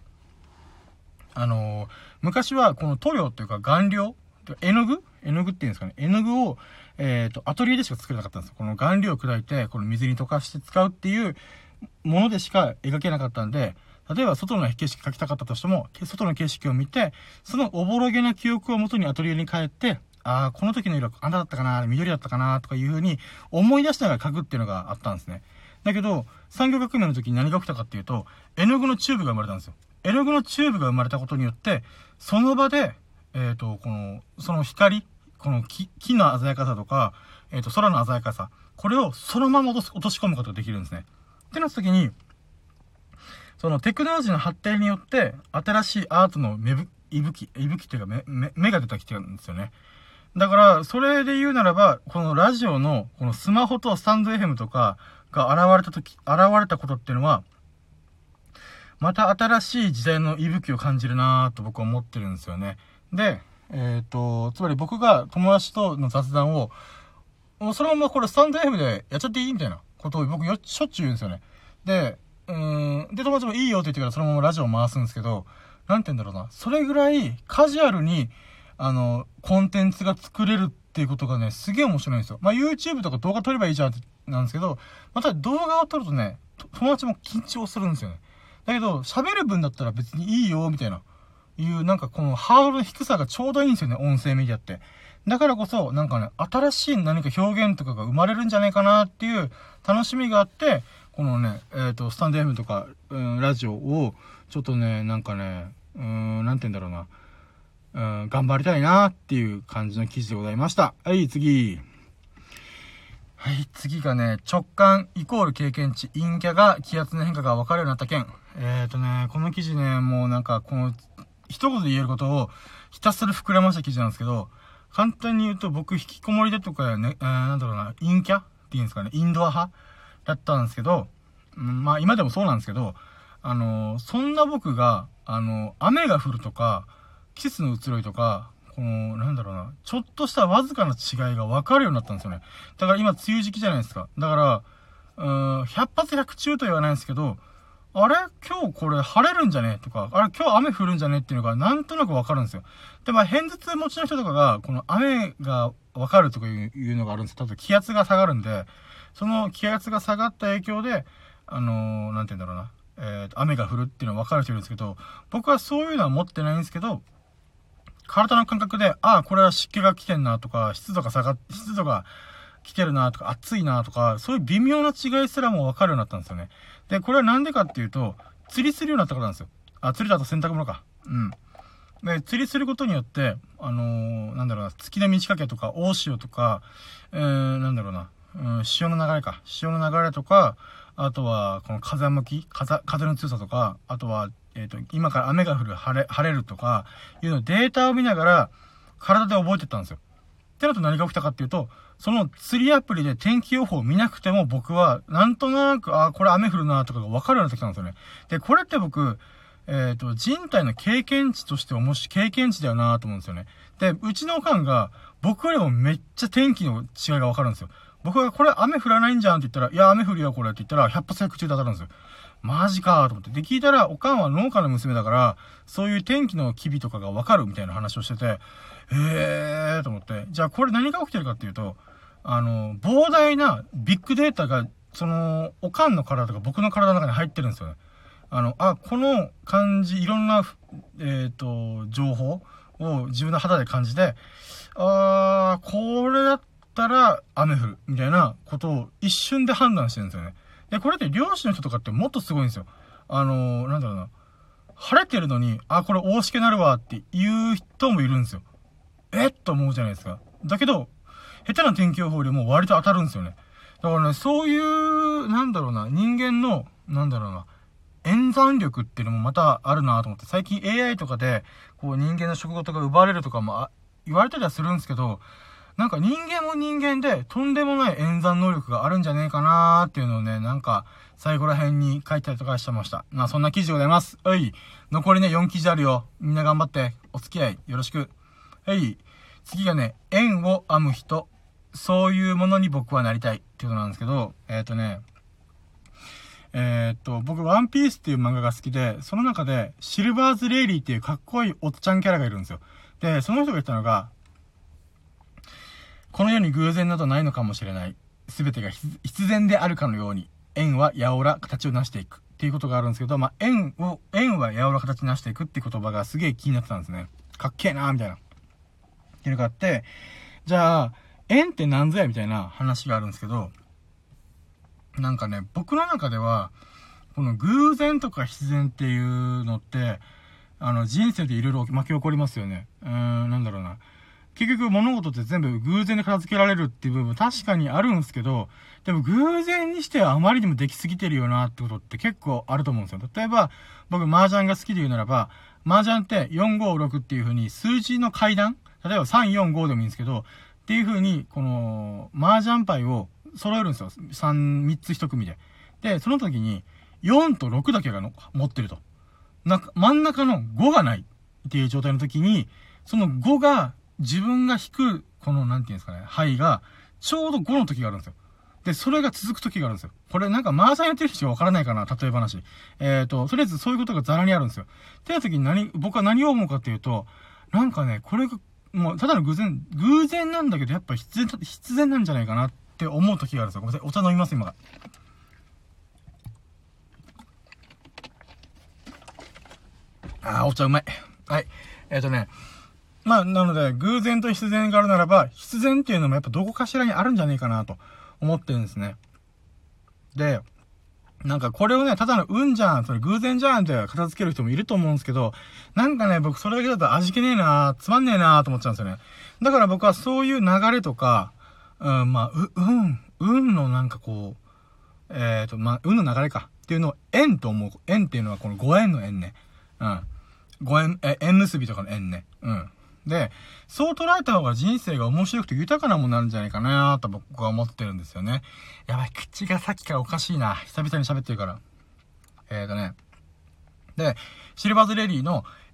昔はこの塗料っていうか顔料、絵の具っていうんですかね。絵の具を、アトリエでしか作れなかったんですよ。この顔料を砕いて、この水に溶かして使うっていうものでしか描けなかったんで、例えば外の景色描きたかったとしても、外の景色を見て、そのおぼろげな記憶をもとにアトリエに帰って、この時の色、あんなだったかな、緑だったかな、とかいう風に思い出しながら描くっていうのがあったんですね。だけど、産業革命の時に何が起きたかっていうと、絵の具のチューブが生まれたんですよ。絵の具のチューブが生まれたことによって、その場で、その光、この木の鮮やかさとか、空の鮮やかさ、これをそのまま落とし込むことができるんですね。ってなった時に、そのテクノロジーの発展によって、新しいアートの息吹っていうか芽が出てきてるんですよね。だから、それで言うならば、このラジオの、このスマホとスタンド FM とかが現れたことっていうのは、また新しい時代の息吹を感じるなぁと僕は思ってるんですよね。で、つまり僕が友達との雑談を、もうそのままこれスタンド FM でやっちゃっていいみたいなことを僕しょっちゅう言うんですよね。で、友達もいいよって言ってからそのままラジオを回すんですけど、なんて言うんだろうな。それぐらいカジュアルに、コンテンツが作れるっていうことがね、すげえ面白いんですよ。まあ、YouTube とか動画撮ればいいじゃんってなんですけど、また動画を撮るとね、友達も緊張するんですよね。だけど、喋る分だったら別にいいよ、みたいな。なんかこのハードルの低さがちょうどいいんですよね、音声メディアって。だからこそ、なんかね、新しい何か表現とかが生まれるんじゃないかなっていう楽しみがあって、このね、スタンド FM とか、ラジオを、ちょっとね、なんかね、なんて言うんだろうな。頑張りたいなっていう感じの記事でございました。はい、次。はい、次がね、直感イコール経験値、陰キャが気圧の変化が分かるようになった件。この記事ね、もうなんか、この、一言で言えることをひたすら膨らました記事なんですけど、簡単に言うと僕引きこもりでとかね、陰キャっていうんですかね、インドア派だったんですけど、まあ今でもそうなんですけど、そんな僕が、雨が降るとか、季節の移ろいとか、 この、なんだろうな、ちょっとしたわずかな違いが分かるようになったんですよね。だから今、梅雨時期じゃないですか。だから、100発100中とは言わないんですけど、あれ今日これ晴れるんじゃねとか、あれ今日雨降るんじゃねっていうのがなんとなく分かるんですよ。で、まあ、偏頭痛持ちの人とかが、この雨が分かるとかいうのがあるんです。例えば気圧が下がるんで、その気圧が下がった影響で、なんて言うんだろうな。雨が降るっていうのは分かる人いるんですけど、僕はそういうのは持ってないんですけど、体の感覚で、これは湿気が来てんなとか、湿度が来てるなとか、暑いなとか、そういう微妙な違いすらも分かるようになったんですよね。で、これはなんでかっていうと、釣りするようになったからなんですよ。釣りだと洗濯物か。うん。で、釣りすることによって、なんだろうな、月の満ち欠けとか、大潮とか、なんだろうな、潮の流れか。潮の流れとか、あとは、この風の強さとか、あとは、今から雨が降る、晴れるとか、いうのデータを見ながら、体で覚えてったんですよ。ってなると何が起きたかっていうと、その釣りアプリで天気予報を見なくても僕は、なんとなく、これ雨降るなとかが分かるようになってきたんですよね。で、これって僕、人体の経験値として経験値だよなと思うんですよね。で、うちのおかんが、僕よりもめっちゃ天気の違いが分かるんですよ。僕がこれ雨降らないんじゃんって言ったら、いや雨降るよこれって言ったら、100発100中で当たるんですよ。マジかーと思って。で、聞いたら、おかんは農家の娘だから、そういう天気の機微とかが分かるみたいな話をしてて、と思って。じゃあこれ何が起きてるかっていうと、膨大なビッグデータが、おかんの体とか僕の体の中に入ってるんですよね。この感じ、いろんな、情報を自分の肌で感じて、これだったら雨降る、みたいなことを一瞬で判断してるんですよね。で、これって漁師の人とかってもっとすごいんですよ。なんだろうな。晴れてるのに、これ大しけなるわって言う人もいるんですよ。と思うじゃないですか。だけど、下手な天気予報よりも割と当たるんですよね。だからね、そういう、なんだろうな、人間の、なんだろうな、演算力っていうのもまたあるなと思って、最近 AI とかで、こう人間の職事が奪われるとかも言われたりはするんですけど、なんか人間も人間でとんでもない演算能力があるんじゃねえかなーっていうのをね、なんか最後ら辺に書いたりとかしてました。そんな記事でございます。はい。残りね、4記事あるよ。みんな頑張って、お付き合いよろしく。はい。次がね、縁を編む人。そういうものに僕はなりたいっていうことなんですけど、僕、ワンピースっていう漫画が好きで、その中で、シルバーズ・レイリーっていうかっこいいおっちゃんキャラがいるんですよ。で、その人が言ったのが、この世に偶然などないのかもしれない。すべてが必然であるかのように、縁はやおら形を成していくっていうことがあるんですけど、縁はやおら形に成していくっていう言葉がすげえ気になってたんですね。かっけえなーみたいな。っていうのがあって、じゃあ、縁って何ぞやみたいな話があるんですけど、なんかね、僕の中では、この偶然とか必然っていうのって、人生でいろいろ巻き起こりますよね。なんだろうな。結局物事って全部偶然で片付けられるっていう部分確かにあるんですけど、でも偶然にしてはあまりにもできすぎてるよなってことって結構あると思うんですよ。例えば、僕麻雀が好きで言うならば、麻雀って456っていう風に数字の階段、例えば345でもいいんですけど、っていう風に、この麻雀牌を揃えるんですよ。3つ1組で。で、その時に4と6だけが持ってると。真ん中の5がないっていう状態の時に、その5が自分が引く、この、なんていうんですかね、牌が、ちょうど5の時があるんですよ。で、それが続く時があるんですよ。これなんか、麻雀やってる人がわからないかな、例え話。とりあえずそういうことがザラにあるんですよ。ってな時に僕は何を思うかっていうと、なんかね、これが、もう、ただの偶然なんだけど、やっぱ必然なんじゃないかなって思う時があるんですよ。ごめんなさい、お茶飲みます、今。お茶うまい。はい。なので、偶然と必然があるならば、必然っていうのもやっぱどこかしらにあるんじゃねえかなと思ってるんですね。で、なんかこれをね、ただの運じゃん、それ偶然じゃんって片付ける人もいると思うんですけど、なんかね、僕それだけだと味気ねえなつまんねえなと思っちゃうんですよね。だから僕はそういう流れとか、運のなんかこう、運の流れかっていうのを縁と思う。縁っていうのはこのご縁の縁ね。ご縁、縁結びとかの縁ね。で、そう捉えた方が人生が面白くて豊かなものになるんじゃないかなと僕は思ってるんですよね。やばい、口がさっきからおかしいな。久々に喋ってるから。で、シルバーズレディの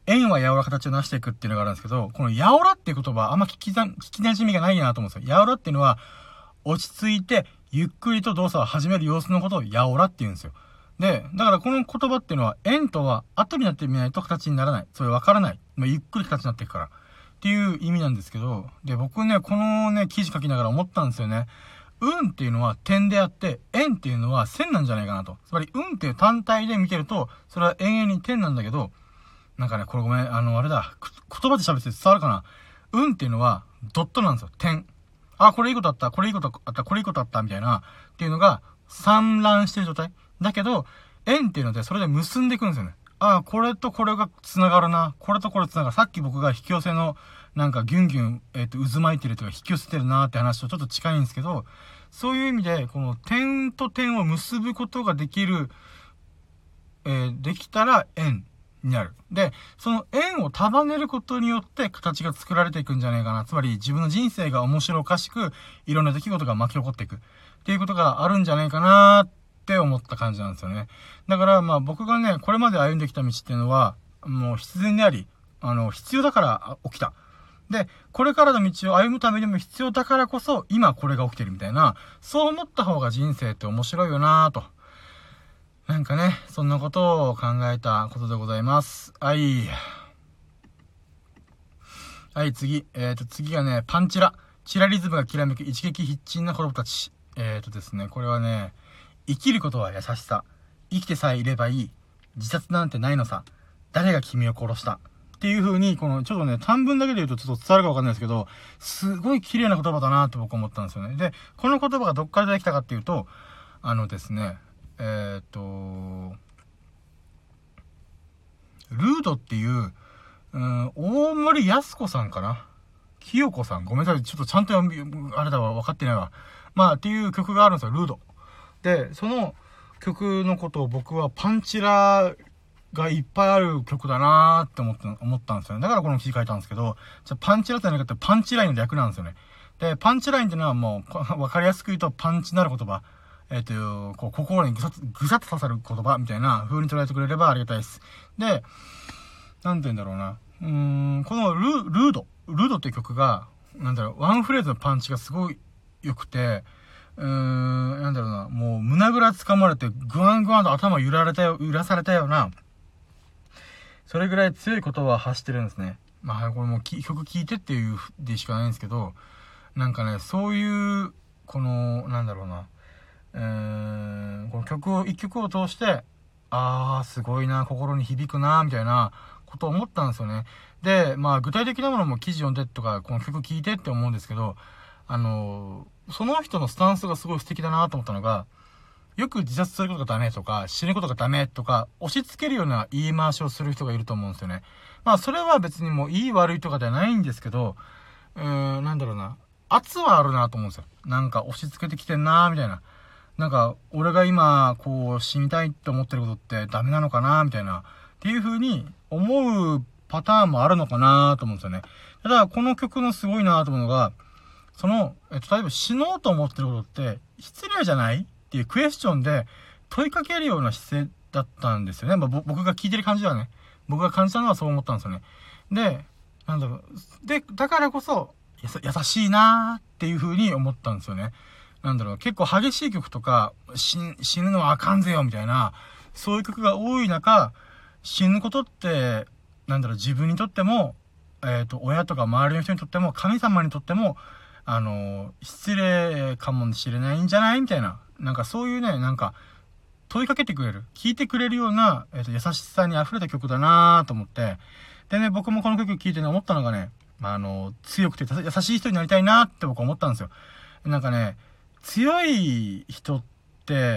円はやおら形を成していくっていうのがあるんですけど、このやおらっていう言葉あんま聞き馴染みがないなと思うんですよ。やおらっていうのは、落ち着いて、ゆっくりと動作を始める様子のことをやおらって言うんですよ。で、だからこの言葉っていうのは、円とは後になってみないと形にならない。それわからない。ゆっくり形になっていくから。っていう意味なんですけど、で、僕ね、このね、記事書きながら思ったんですよね。運っていうのは点であって、円っていうのは線なんじゃないかなと。つまり、運っていう単体で見てると、それは永遠に点なんだけど、なんかね、これごめん、あれだ、言葉で喋って伝わるかな。運っていうのは、ドットなんですよ。点。あ、これいいことあった、これいいことあった、これいいことあった、みたいな、っていうのが、散乱してる状態。だけど、円っていうので、それで結んでいくんですよね。あ、これとこれが繋がるな。これとこれ繋がる。さっき僕が引き寄せの、なんかギュンギュン、渦巻いてるとか引き寄せてるなって話とちょっと近いんですけど、そういう意味で、この点と点を結ぶことができる、できたら円になる。で、その円を束ねることによって形が作られていくんじゃないかな。つまり自分の人生が面白おかしく、いろんな出来事が巻き起こっていく。っていうことがあるんじゃないかなって思った感じなんですよね。だからまあ僕がね、これまで歩んできた道っていうのは、もう必然であり、必要だから起きた。で、これからの道を歩むためにも必要だからこそ、今これが起きてるみたいな、そう思った方が人生って面白いよなぁと。なんかね、そんなことを考えたことでございます。はい。はい、次。次がね、パンチラ。チラリズムがきらめく一撃必沈な子供たち。ですね、これはね、生きることは優しさ。生きてさえいればいい。自殺なんてないのさ。誰が君を殺した。っていう風に、この、ちょっとね、短文だけで言うとちょっと伝わるかわかんないですけど、すごい綺麗な言葉だなって僕思ったんですよね。で、この言葉がどっから出てきたかっていうと、ですね、ルードっていう、大森康子さんかな、清子さん、ごめんなさい、ちょっとちゃんとあれだわ、分かってないわ。まあ、っていう曲があるんですよ、ルード。で、その曲のことを僕はパンチラがいっぱいある曲だなーって思ったんですよね。だからこの記事書いたんですけど、パンチラって何かってパンチラインの略なんですよね。で、パンチラインっていうのはもう、わかりやすく言うとパンチなる言葉。こう、心にぐさっと刺さる言葉みたいな風に捉えてくれればありがたいです。で、なんて言うんだろうな。このルードっていう曲が、なんだろう、ワンフレーズのパンチがすごい良くて、なんだろうな、もう胸ぐらつかまれて、グワングワンと頭揺らされたような、それぐらい強い言葉を発してるんですね。まあ、これも曲聴いてっていうでしかないんですけど、なんかね、そういう、この、なんだろうな、この一曲を通して、すごいな、心に響くな、みたいなことを思ったんですよね。で、まあ、具体的なものも記事読んでとか、この曲聴いてって思うんですけど、その人のスタンスがすごい素敵だなと思ったのが、よく自殺することがダメとか、死ぬことがダメとか、押し付けるような言い回しをする人がいると思うんですよね。まあ、それは別にもういい悪いとかではないんですけど、なんだろうな、圧はあるなと思うんですよ。なんか押し付けてきてんなーみたいな。なんか、俺が今、こう、死にたいって思ってることってダメなのかなみたいな。っていう風に思うパターンもあるのかなと思うんですよね。ただ、この曲のすごいなと思うのが、その、例えば死のうと思ってることって、失礼じゃないっていうクエスチョンで問いかけるような姿勢だったんですよね。まあ、僕が聞いてる感じではね。僕が感じたのはそう思ったんですよね。で、なんだろう。で、だからこそ、優しいなーっていう風に思ったんですよね。なんだろう、結構激しい曲とか、死ぬのはあかんぜよみたいな、そういう曲が多い中、死ぬことって、なんだろう、自分にとっても、親とか周りの人にとっても、神様にとっても、失礼かもしれないんじゃないみたいな。なんかそういうね、なんか、問いかけてくれる、聞いてくれるような、優しさに溢れた曲だなと思って、でね、僕もこの曲聴いてね、思ったのがね、強くて優しい人になりたいなって僕は思ったんですよ。なんかね、強い人って、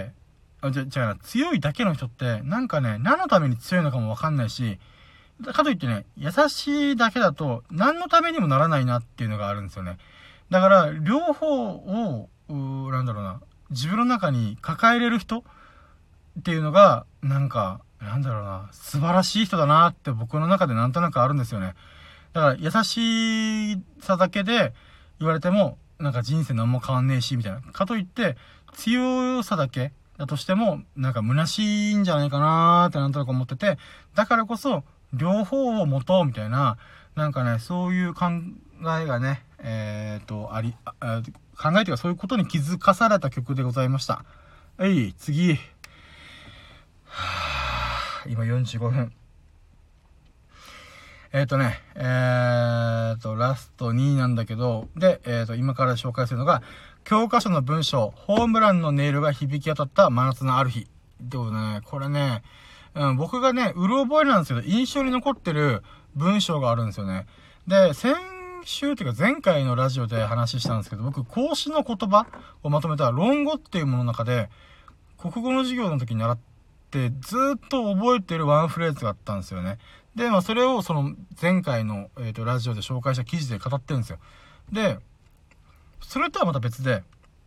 強いだけの人って、なんかね、何のために強いのかもわかんないし、かといってね、優しいだけだと、何のためにもならないなっていうのがあるんですよね。だから、両方を、なんだろうな、自分の中に抱えれる人っていうのが、なんか、なんだろうな、素晴らしい人だなって僕の中でなんとなくあるんですよね。だから、優しさだけで言われても、なんか人生何も変わんねえし、みたいな。かといって、強さだけだとしても、なんか虚しいんじゃないかなーってなんとなく思ってて、だからこそ、 両方を持とうみたいな、なんかね、そういう考えがね、考えというかそういうことに気づかされた曲でございました。次。今45分。ラスト2なんだけど、で、今から紹介するのが、教科書の文章、ホームランの音色が響き渡った真夏のある日。ってことね、これね、僕がね、うる覚えなんですけど、印象に残ってる文章があるんですよね。で、先週というか前回のラジオで話したんですけど、僕、孔子の言葉をまとめた論語っていうものの中で、国語の授業の時に習って、ずーっと覚えてるワンフレーズがあったんですよね。で、それをその前回の、ラジオで紹介した記事で語ってるんですよ。で、それとはまた別で、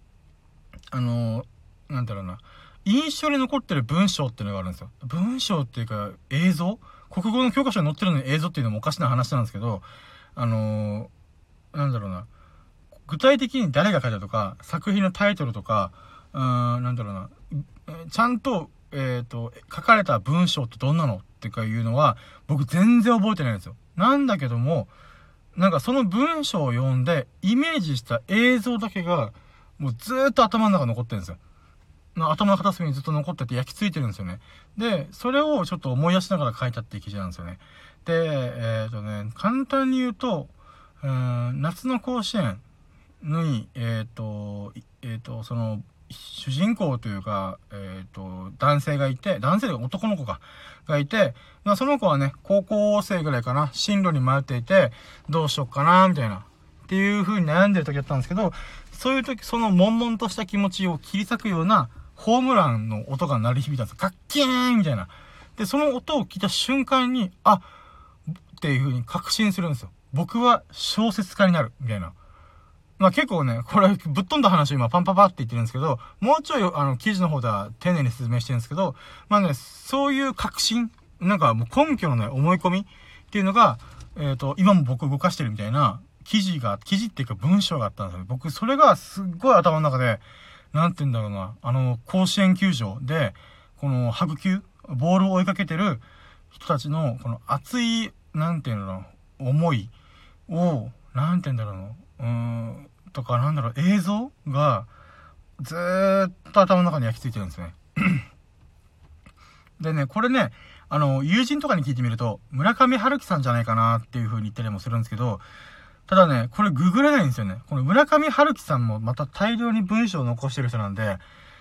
なんだろうな、印象に残ってる文章っていうのがあるんですよ。文章っていうか、映像？国語の教科書に載ってるのに映像っていうのもおかしな話なんですけど、なんだろうな、具体的に誰が書いたとか、作品のタイトルとか、なんだろうな、ちゃんと、書かれた文章ってどんなのってかいうのは、僕全然覚えてないんですよ。なんだけども、なんかその文章を読んで、イメージした映像だけが、もうずーっと頭の中に残ってるんですよ。頭の片隅にずっと残ってて焼き付いてるんですよね。で、それをちょっと思い出しながら書いたっていう記事なんですよね。で、簡単に言うと、夏の甲子園に、その、主人公というか、男性がいて、男の子がいて、その子はね、高校生ぐらいかな、進路に迷っていて、どうしよっかな、みたいな、っていう風に悩んでる時だったんですけど、そういう時、その悶々とした気持ちを切り裂くような、ホームランの音が鳴り響いたんですよ。カッキーンみたいな。で、その音を聞いた瞬間に、っていう風に確信するんですよ。僕は小説家になる、みたいな。結構ね、これ、ぶっ飛んだ話を今パンパパって言ってるんですけど、もうちょい、記事の方では丁寧に説明してるんですけど、そういう確信、なんかもう根拠のない思い込みっていうのが、今も僕を動かしてるみたいな記事っていうか文章があったんですよ。僕、それがすっごい頭の中で、なんて言うんだろうな、甲子園球場で、この、ハグ球、ボールを追いかけてる人たちの、この熱い、なんて言うんだろう、思いを、なんて言うんだろうな、とか映像がずーっと頭の中に焼き付いてるんですね。でね、これね、友人とかに聞いてみると、村上春樹さんじゃないかなっていう風に言ったりもするんですけど、ただね、これググれないんですよね。この村上春樹さんもまた大量に文章を残してる人なんで、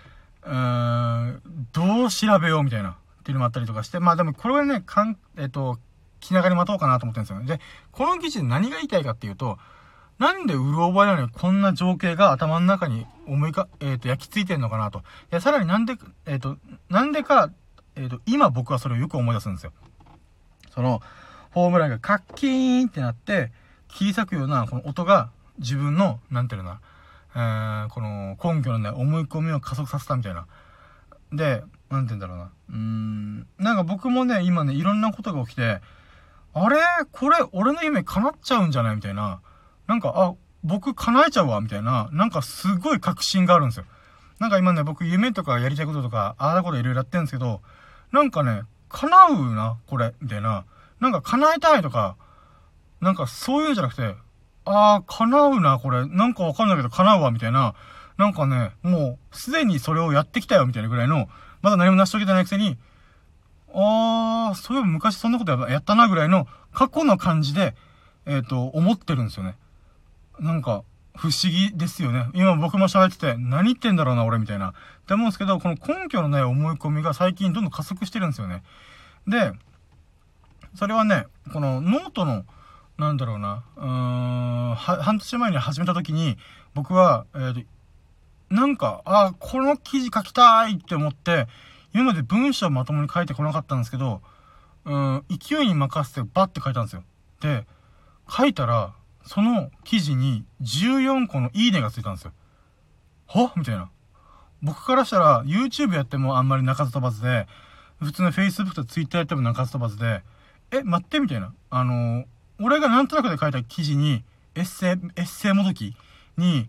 どう調べようみたいな、っていうのもあったりとかして、でもこれはね、気長に待とうかなと思ってるんですよね。で、この記事で何が言いたいかっていうと、なんでうる覚えなのにこんな情景が頭の中に焼き付いてんのかなと。さらになんでか、今僕はそれをよく思い出すんですよ。その、ホームランがカッキーンってなって、切り裂くようなこの音が自分の、なんていうのな、この根拠のない思い込みを加速させたみたいな。で、なんていうんだろうな。なんか僕もね、今ね、いろんなことが起きて、あれこれ、俺の夢叶っちゃうんじゃないみたいな。なんか、僕叶えちゃうわ、みたいな、なんかすごい確信があるんですよ。なんか今ね、僕夢とかやりたいこととか、ああだこといろいろやってるんですけど、なんかね、叶うな、これ、みたいな。なんか叶えたいとか、なんかそういうんじゃなくて、叶うな、これ、なんかわかんないけど叶うわ、みたいな。なんかね、もう、すでにそれをやってきたよ、みたいなぐらいの、まだ何も成し遂げてないくせに、そういえば昔そんなことやったな、ぐらいの、過去の感じで、思ってるんですよね。なんか、不思議ですよね。今僕も喋ってて、何言ってんだろうな、俺みたいな。って思うんですけど、この根拠のない思い込みが最近どんどん加速してるんですよね。で、それはね、このノートの、なんだろうな、半年前に始めた時に、僕は、なんか、この記事書きたいって思って、今まで文章をまともに書いてこなかったんですけど、勢いに任せてバッて書いたんですよ。で、書いたら、その記事に14個のいいねがついたんですよ。みたいな。僕からしたら YouTube やってもあんまり鳴かず飛ばずで、普通の Facebook と Twitter やっても鳴かず飛ばずで、待ってみたいな。俺がなんとなくで書いた記事に、エッセイもどきに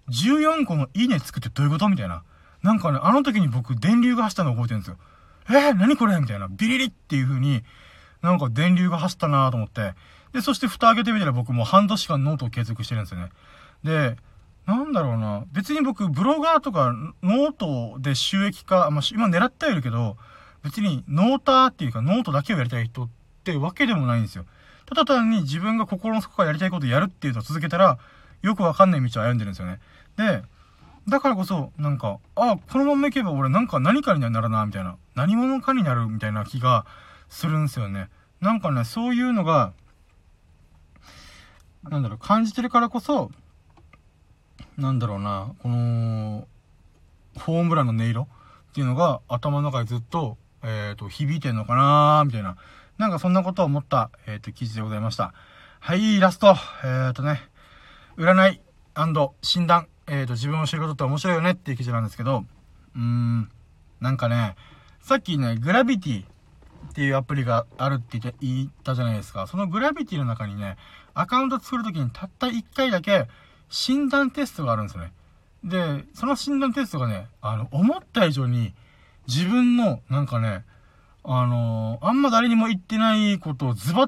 14個のいいねつくってどういうことみたいな。なんかね、あの時に僕電流が走ったのを覚えてるんですよ。何これみたいな。ビリリっていう風になんか電流が走ったなと思って。で、そして蓋開けてみたら僕もう半年間ノートを継続してるんですよね。で、なんだろうな。別に僕、ブロガーとかノートで収益化、まあ、今狙ってはいるけど、別にノーターっていうかノートだけをやりたい人ってわけでもないんですよ。ただ単に自分が心の底からやりたいことをやるっていうのを続けたら、よくわかんない道を歩んでるんですよね。で、だからこそ、なんか、このままいけば俺なんか何かになるな、みたいな。何者かになるみたいな気がするんですよね。なんかね、そういうのが、なんだろう、感じてるからこそ、なんだろうな、この、ホームランの音色っていうのが頭の中でずっと、響いてんのかなーみたいな。なんかそんなことを思った、記事でございました。はい、ラスト。占い&診断。自分を知ることって面白いよねっていう記事なんですけど、なんかね、さっきね、グラビティっていうアプリがあるって言ったじゃないですか。そのグラビティの中にね、アカウント作るときにたった1回だけ診断テストがあるんですよね。で、その診断テストがね、思った以上に自分の、なんかね、あんま誰にも言ってないことをズバって、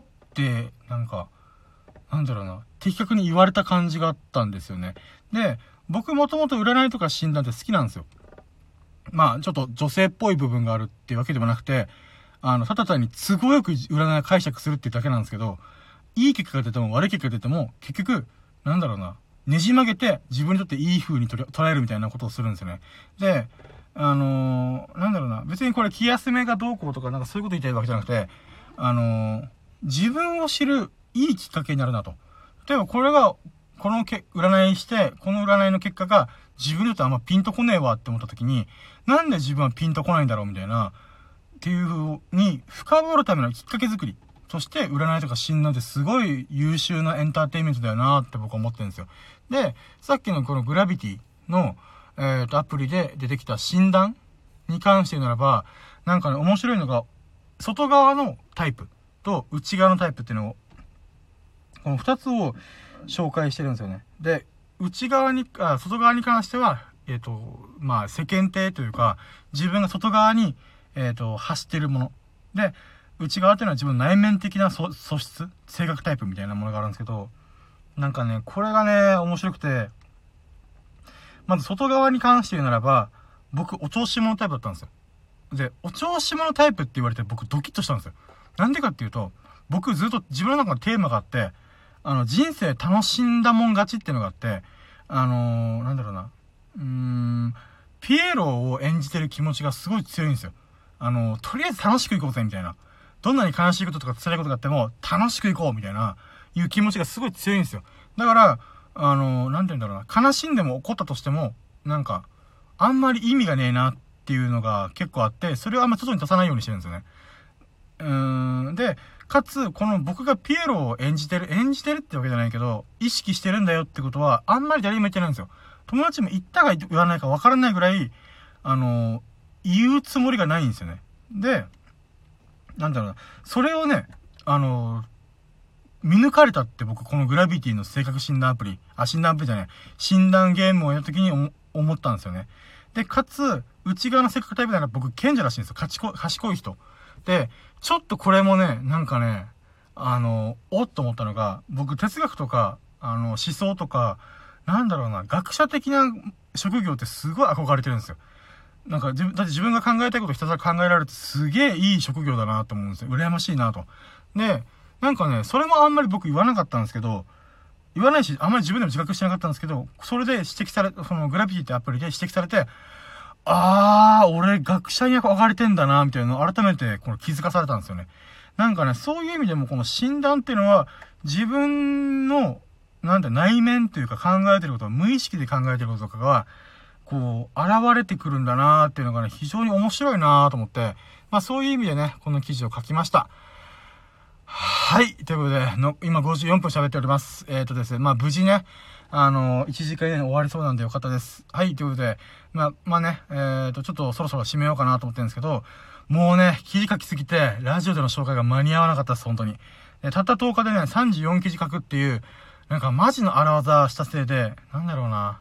なんか、なんだろうな、的確に言われた感じがあったんですよね。で、僕もともと占いとか診断って好きなんですよ。まあ、ちょっと女性っぽい部分があるっていうわけでもなくて、ただ単に都合よく占いを解釈するっていうだけなんですけど、いい結果が出ても悪い結果が出ても、結局、なんだろうな、ねじ曲げて自分にとっていい風に捉えるみたいなことをするんですよね。で、なんだろうな、別にこれ気休めがどうこうとかなんかそういうこと言いたいわけじゃなくて、自分を知るいいきっかけになるなと。例えばこれが、この占いして、この占いの結果が自分にとってあんまピンとこねえわって思った時に、なんで自分はピンとこないんだろうみたいな、っていう風に深掘るためのきっかけ作りとして占いとか診断ってすごい優秀なエンターテインメントだよなって僕は思ってるんですよ。で、さっきのこのグラビティの、アプリで出てきた診断に関して言うならば、なんかね、面白いのが、外側のタイプと内側のタイプっていうのを、この二つを紹介してるんですよね。で、外側に関しては、まあ、世間体というか、自分が外側に、発してるもの。で、内側っていうのは自分の内面的な素質、性格タイプみたいなものがあるんですけど、なんかね、これがね、面白くて、まず外側に関して言うならば、僕、お調子者タイプだったんですよ。で、お調子者タイプって言われて僕ドキッとしたんですよ。なんでかっていうと、僕ずっと自分の中のテーマがあって、人生楽しんだもん勝ちっていうのがあって、なんだろうな。ピエロを演じてる気持ちがすごい強いんですよ。とりあえず楽しくいこうぜ、みたいな。どんなに悲しいこととか辛いことがあっても、楽しくいこう、みたいな、いう気持ちがすごい強いんですよ。だから、なんて言うんだろうな。悲しんでも怒ったとしても、なんか、あんまり意味がねえなっていうのが結構あって、それをあんま外に出さないようにしてるんですよね。で、かつ、この僕がピエロを演じてるってわけじゃないけど、意識してるんだよってことは、あんまり誰にも言ってないんですよ。友達も言ったか言わないか分からないぐらい、言うつもりがないんですよね。で、なんだろうな。それをね、見抜かれたって僕このグラビティの性格診断アプリ、診断アプリじゃない、診断ゲームをやるときに思ったんですよね。で、かつ、内側の性格タイプなら僕賢者らしいんですよ。賢い人。で、ちょっとこれもね、なんかね、おっと思ったのが、僕哲学とか、思想とか、なんだろうな、学者的な職業ってすごい憧れてるんですよ。なんかだって自分が考えたいことひたすら考えられるってすげえいい職業だなと思うんですよ。羨ましいなと。で、なんかね、それもあんまり僕言わなかったんですけど、言わないし、あんまり自分でも自覚してなかったんですけど、それで指摘され、そのグラビティってアプリで指摘されて、俺学者に憧れてんだな、みたいなのを改めてこの気づかされたんですよね。なんかね、そういう意味でもこの診断っていうのは、自分の、内面というか考えてること、無意識で考えてることとかが、こう、現れてくるんだなーっていうのがね、非常に面白いなーと思って、まあそういう意味でね、この記事を書きました。はい。ということで、今54分喋っております。ですね、まあ無事ね、1時間以内に終わりそうなんでよかったです。はい。ということで、まあね、ちょっとそろそろ締めようかなと思ってるんですけど、もうね、記事書きすぎて、ラジオでの紹介が間に合わなかったです、本当に。たった10日でね、34記事書くっていう、なんかマジの荒技したせいで、なんだろうな。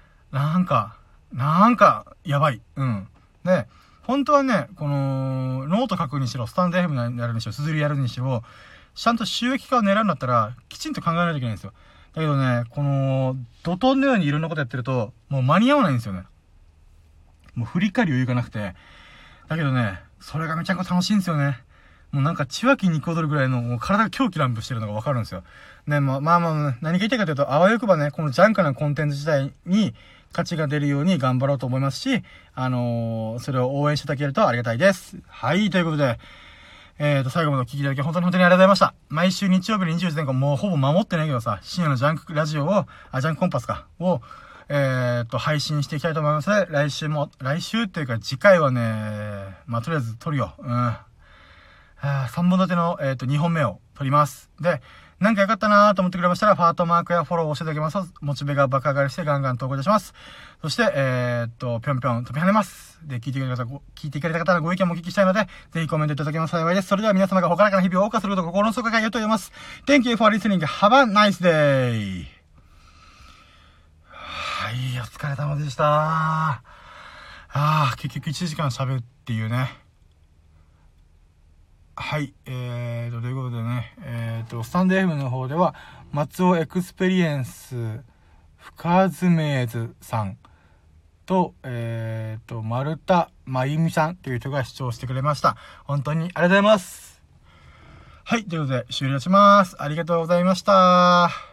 なんか、やばい。うん。で、本当はね、この、 ノート書くにしろ、スタンド FM やるにしろ、綴りやるにしろ、ちゃんと収益化を狙うんだったら、きちんと考えないといけないんですよ。だけどね、この、怒涛のようにいろんなことやってると、もう間に合わないんですよね。もう振り返り余裕がなくて。だけどね、それがめちゃくちゃ楽しいんですよね。もうなんか血は筋肉踊るぐらいの、もう体が狂気乱舞してるのがわかるんですよ。ね、まあ、何が言いたいかというと、あわよくばね、このジャンクなコンテンツ自体に価値が出るように頑張ろうと思いますし、それを応援していただけるとありがたいです。はい、ということで、最後までお聞きいただき本当にありがとうございました。毎週日曜日に20時前後もうほぼ守ってないけどさ、深夜のジャンクラジオを、ジャンクコンパスか、を、配信していきたいと思いますので、来週っていうか次回はね、まあ、とりあえず撮るよ。3本立ての、2本目を撮ります。で、なんか良かったなーと思ってくれましたら、ハートマークやフォローをしていただけますと、モチベが爆上がりしてガンガン投稿いたします。そして、ぴょんぴょん飛び跳ねます。で、聞いてくれた方のご意見もお聞きしたいので、ぜひコメントいただけますと幸いです。それでは皆様が他から日々を謳歌することを心の底から言うと思います。Thank you for listening. Have a nice day. はい、お疲れ様でした。結局1時間喋るっていうね。はい、ということでね、スタンド FM の方では、松尾エクスペリエンス、深津メイズさんと、丸田真由美さんという人が視聴してくれました。本当にありがとうございます。はい、ということで終了します。ありがとうございました。